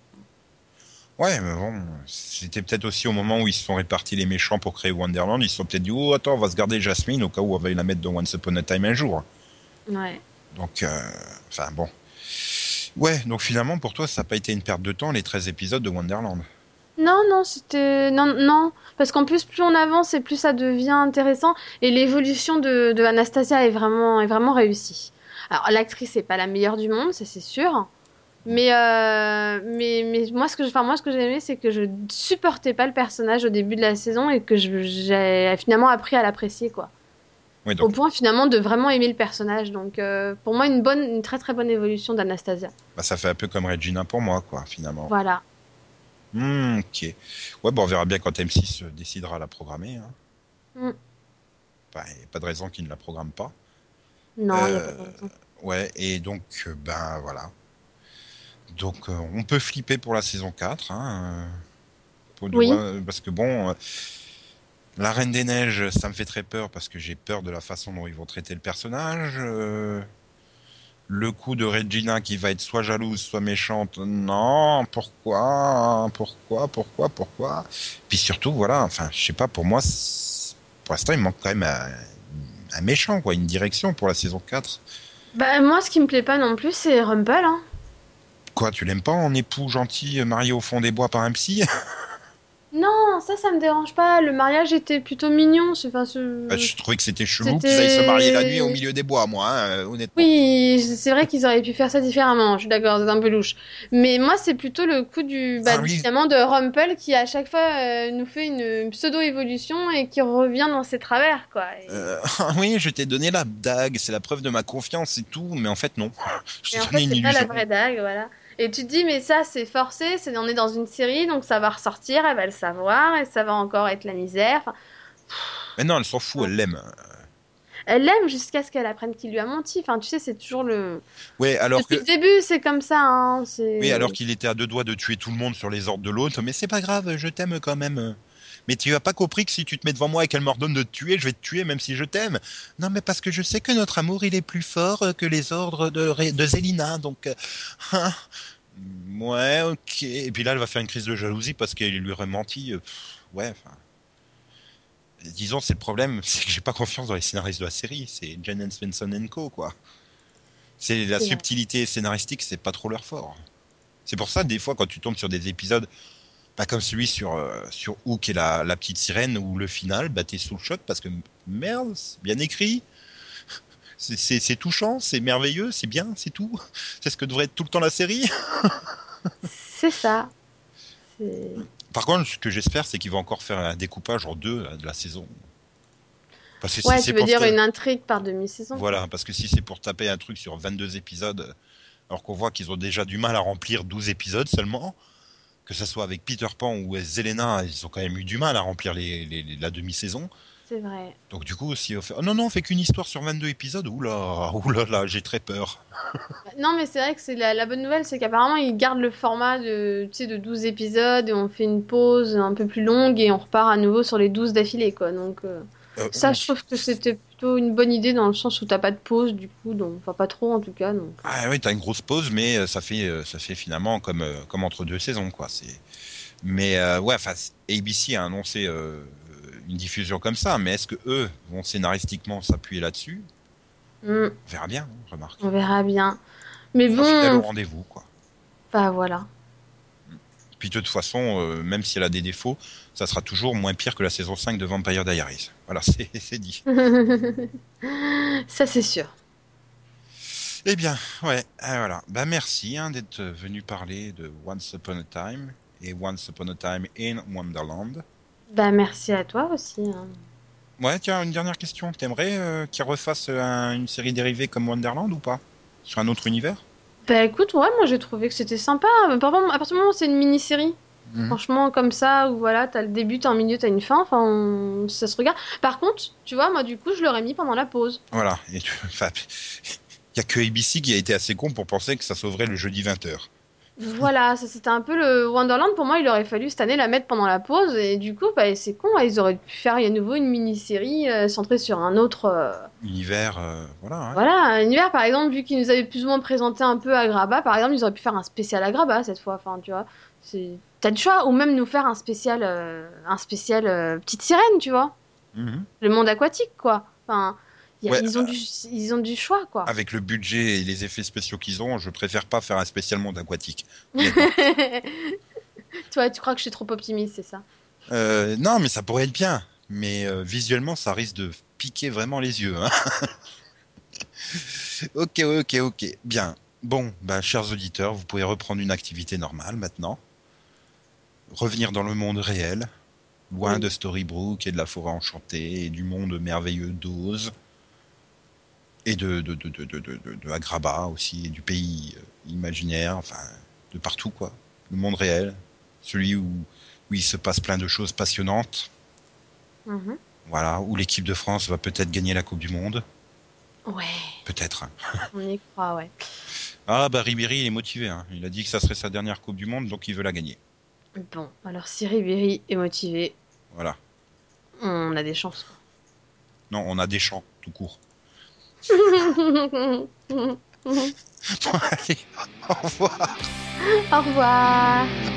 S1: Ouais, mais bon, c'était peut-être aussi au moment où ils se sont répartis les méchants pour créer Wonderland, ils se sont peut-être dit, oh, attends, on va se garder Jasmine au cas où on va la mettre dans Once Upon a Time un jour.
S2: Ouais.
S1: Donc, euh, enfin bon. Ouais, donc finalement, pour toi, ça n'a pas été une perte de temps, les treize épisodes de Wonderland.
S2: Non, non, c'était. Non, non. Parce qu'en plus, plus on avance et plus ça devient intéressant. Et l'évolution de, de Anastasia est vraiment, est vraiment réussie. Alors, l'actrice n'est pas la meilleure du monde, ça c'est sûr. Mais, euh, mais, mais moi, ce que, je- enfin, moi, ce que j'ai aimé, c'est que je supportais pas le personnage au début de la saison et que je- j'ai finalement appris à l'apprécier, quoi.
S1: Oui,
S2: Au
S1: donc,
S2: point finalement de vraiment aimer le personnage. Donc, euh, pour moi, une bonne, une très très bonne évolution d'Anastasia.
S1: bah, ça fait un peu comme Regina pour moi, quoi, finalement.
S2: Voilà.
S1: Hmm, ok. Ouais, bon, on verra bien quand M six décidera à la programmer. Hein.
S2: Mm.
S1: Bah, y a pas de raison qu'il ne la programme pas.
S2: Non, il n'y a pas de
S1: Euh,
S2: raison.
S1: ouais, et donc, euh, ben voilà. Donc, euh, on peut flipper pour la saison quatre, hein, euh, pour de,
S2: Oui.
S1: ouais, parce que bon, euh, la Reine des Neiges, ça me fait très peur parce que j'ai peur de la façon dont ils vont traiter le personnage. Euh, le coup de Regina qui va être soit jalouse, soit méchante. Non, pourquoi, pourquoi, pourquoi, pourquoi. Puis surtout, voilà, enfin, je sais pas, pour moi, c'est- pour l'instant, il manque quand même un, un méchant, quoi, une direction pour la saison quatre.
S2: Bah, moi, ce qui me plaît pas non plus, c'est Rumple, hein.
S1: Quoi, tu l'aimes pas en époux gentil, euh, marié au fond des bois par un psy?
S2: Non, ça, ça me dérange pas. Le mariage était plutôt mignon. c'est- Enfin,
S1: Bah,
S2: ce-
S1: je trouvais que c'était chelou qu'ils aillent se marier la nuit au
S2: c'était.
S1: milieu des bois, moi, hein, euh, honnêtement.
S2: Oui, c'est vrai qu'ils auraient pu faire ça différemment. Je suis d'accord, c'est un peu louche. Mais moi, c'est plutôt le coup du, bah,
S1: Ah oui,
S2: finalement, de Rumple qui, à chaque fois, euh, nous fait une pseudo-évolution et qui revient dans ses travers, quoi. Et,
S1: euh, ah oui, je t'ai donné la dague, c'est la preuve de ma confiance et tout, mais en fait, non. Je
S2: et
S1: t'ai
S2: en
S1: donné
S2: fait,
S1: une
S2: c'est pas la
S1: illusion.
S2: vraie dague, voilà. Et tu te dis, mais ça, c'est forcé. C'est, on est dans une série, donc ça va ressortir. Elle va le savoir et ça va encore être la misère. Enfin,
S1: Mais non, elle s'en fout, elle l'aime.
S2: elle l'aime jusqu'à ce qu'elle apprenne qu'il lui a menti. Enfin, tu sais, c'est toujours le.
S1: Ouais, alors
S2: Depuis
S1: que
S2: le début, c'est comme ça, hein.
S1: Oui,
S2: C'est.
S1: alors qu'il était à deux doigts de tuer tout le monde sur les ordres de l'autre, mais c'est pas grave, je t'aime quand même. Mais tu as pas compris que si tu te mets devant moi et qu'elle m'ordonne de te tuer, je vais te tuer même si je t'aime. Non, mais parce que je sais que notre amour, il est plus fort euh, que les ordres de, Ré- de Zélina, donc... euh, hein. Ouais, ok. Et puis là, elle va faire une crise de jalousie parce qu'elle lui aurait menti. euh, pff, ouais, enfin... Disons, c'est le problème, c'est que j'ai pas confiance dans les scénaristes de la série. C'est Jen Svensson and Co, quoi. C'est la
S2: C'est vrai.
S1: subtilité scénaristique, c'est pas trop leur fort. C'est pour ça, des fois, quand tu tombes sur des épisodes pas comme celui sur, euh, sur Hook et la, la petite sirène où le final, bah, t'es sous le choc parce que merde, c'est bien écrit, c'est, c'est, c'est touchant, c'est merveilleux, c'est bien, c'est tout. C'est ce que devrait être tout le temps la série.
S2: C'est ça. C'est.
S1: Par contre, ce que j'espère, c'est qu'ils vont encore faire un découpage en deux là, de la saison. Parce que si
S2: Ouais,
S1: c'est
S2: tu veux
S1: pour
S2: dire
S1: ta-
S2: une intrigue par demi-saison, quoi.
S1: voilà, parce que si c'est pour taper un truc sur vingt-deux épisodes, alors qu'on voit qu'ils ont déjà du mal à remplir douze épisodes seulement, que ce soit avec Peter Pan ou Zelena, ils ont quand même eu du mal à remplir les, les- les- la demi-saison.
S2: C'est vrai.
S1: Donc du coup, si on fait... Oh non, non, on fait qu'une histoire sur vingt-deux épisodes, oula, oula, là, j'ai très peur.
S2: Non, mais c'est vrai que c'est la, la bonne nouvelle, c'est qu'apparemment, ils gardent le format de, tu sais, de douze épisodes et on fait une pause un peu plus longue et on repart à nouveau sur les douze d'affilée, quoi. Donc, euh,
S1: Euh,
S2: ça, je
S1: oui.
S2: trouve que c'était plutôt une bonne idée dans le sens où t'as pas de pause, du coup, donc, enfin, pas trop en tout cas, donc. euh.
S1: Ah oui, t'as une grosse pause, mais euh, ça fait, euh, ça fait finalement comme, euh, comme entre deux saisons, quoi. C'est... Mais euh, ouais, enfin, A B C a annoncé euh, une diffusion comme ça, mais est-ce que eux vont scénaristiquement s'appuyer là-dessus?
S2: Hmm,
S1: On verra bien, hein, remarque.
S2: on verra bien. Mais
S1: On sera fidèle au
S2: bon,
S1: rendez-vous, quoi.
S2: bah voilà.
S1: Puis de toute façon, euh, même si elle a des défauts, ça sera toujours moins pire que la saison cinq de Vampire Diaries. Voilà, c'est, c'est dit.
S2: Ça, c'est sûr.
S1: Eh bien, ouais, ah, voilà. Bah merci hein, d'être venu parler de Once Upon a Time et Once Upon a Time in Wonderland.
S2: Bah, merci à toi aussi, hein.
S1: Ouais, tiens, une dernière question. T'aimerais euh, qu'ils refassent un- une série dérivée comme Wonderland ou pas? Sur un autre univers?
S2: Bah écoute, ouais, moi j'ai trouvé que c'était sympa. Par contre, à partir du moment où c'est une mini-série.
S1: Mhm.
S2: Franchement, comme ça, où voilà, t'as le début, t'as un milieu, t'as une fin, enfin, on- ça se regarde. Par contre, tu vois, moi, du coup, je l'aurais mis pendant la pause.
S1: Voilà. Et tu- enfin, il y a que A B C qui a été assez con pour penser que ça sauverait le jeudi vingt heures.
S2: Voilà, ça c'était un peu le Wonderland. Pour moi, il aurait fallu cette année la mettre pendant la pause. Et du coup, bah, c'est con, hein, ils auraient pu faire à nouveau une mini-série euh, centrée sur un autre. euh,
S1: Univers, euh, voilà. Hein.
S2: Voilà, un univers, par exemple, vu qu'ils nous avaient plus ou moins présenté un peu Agrabah, par exemple, ils auraient pu faire un spécial Agrabah cette fois. Enfin, tu vois, c'est... T'as le choix, ou même nous faire un spécial, euh, un spécial euh, Petite Sirène, tu vois.
S1: Mhm.
S2: Le monde aquatique, quoi. Enfin, y a-
S1: Ouais,
S2: ils ont du, ils ont du choix, quoi.
S1: avec le budget et les effets spéciaux qu'ils ont, je préfère pas faire un spécial monde aquatique, honnêtement.
S2: Toi, tu crois que je suis trop optimiste, c'est ça?
S1: Euh, non, mais ça pourrait être bien. Mais euh, visuellement, ça risque de piquer vraiment les yeux. Hein. Ok, ok, ok. Bien. Bon, bah, chers auditeurs, vous pouvez reprendre une activité normale maintenant. Revenir dans le monde réel, loin de
S2: Oui.
S1: Storybrooke et de la forêt enchantée et du monde merveilleux d'Oz et de, de, de, de, de, de, de- de Agrabah aussi, et du pays euh, imaginaire, enfin, de partout, quoi. Le monde réel, celui où, où il se passe plein de choses passionnantes.
S2: Mhm.
S1: Voilà, où l'équipe de France va peut-être gagner la Coupe du Monde.
S2: Ouais,
S1: Peut-être. Hein.
S2: on y croit, ouais.
S1: Ah, bah Ribéry, il est motivé. Hein. Il a dit que ça serait sa dernière Coupe du Monde, donc il veut la gagner.
S2: Bon, alors si Ribéry est motivé,
S1: Voilà.
S2: on a des chances, quoi.
S1: Non, on a des champs, tout court.
S2: Au
S1: Bon, allez, au revoir.
S2: revoir.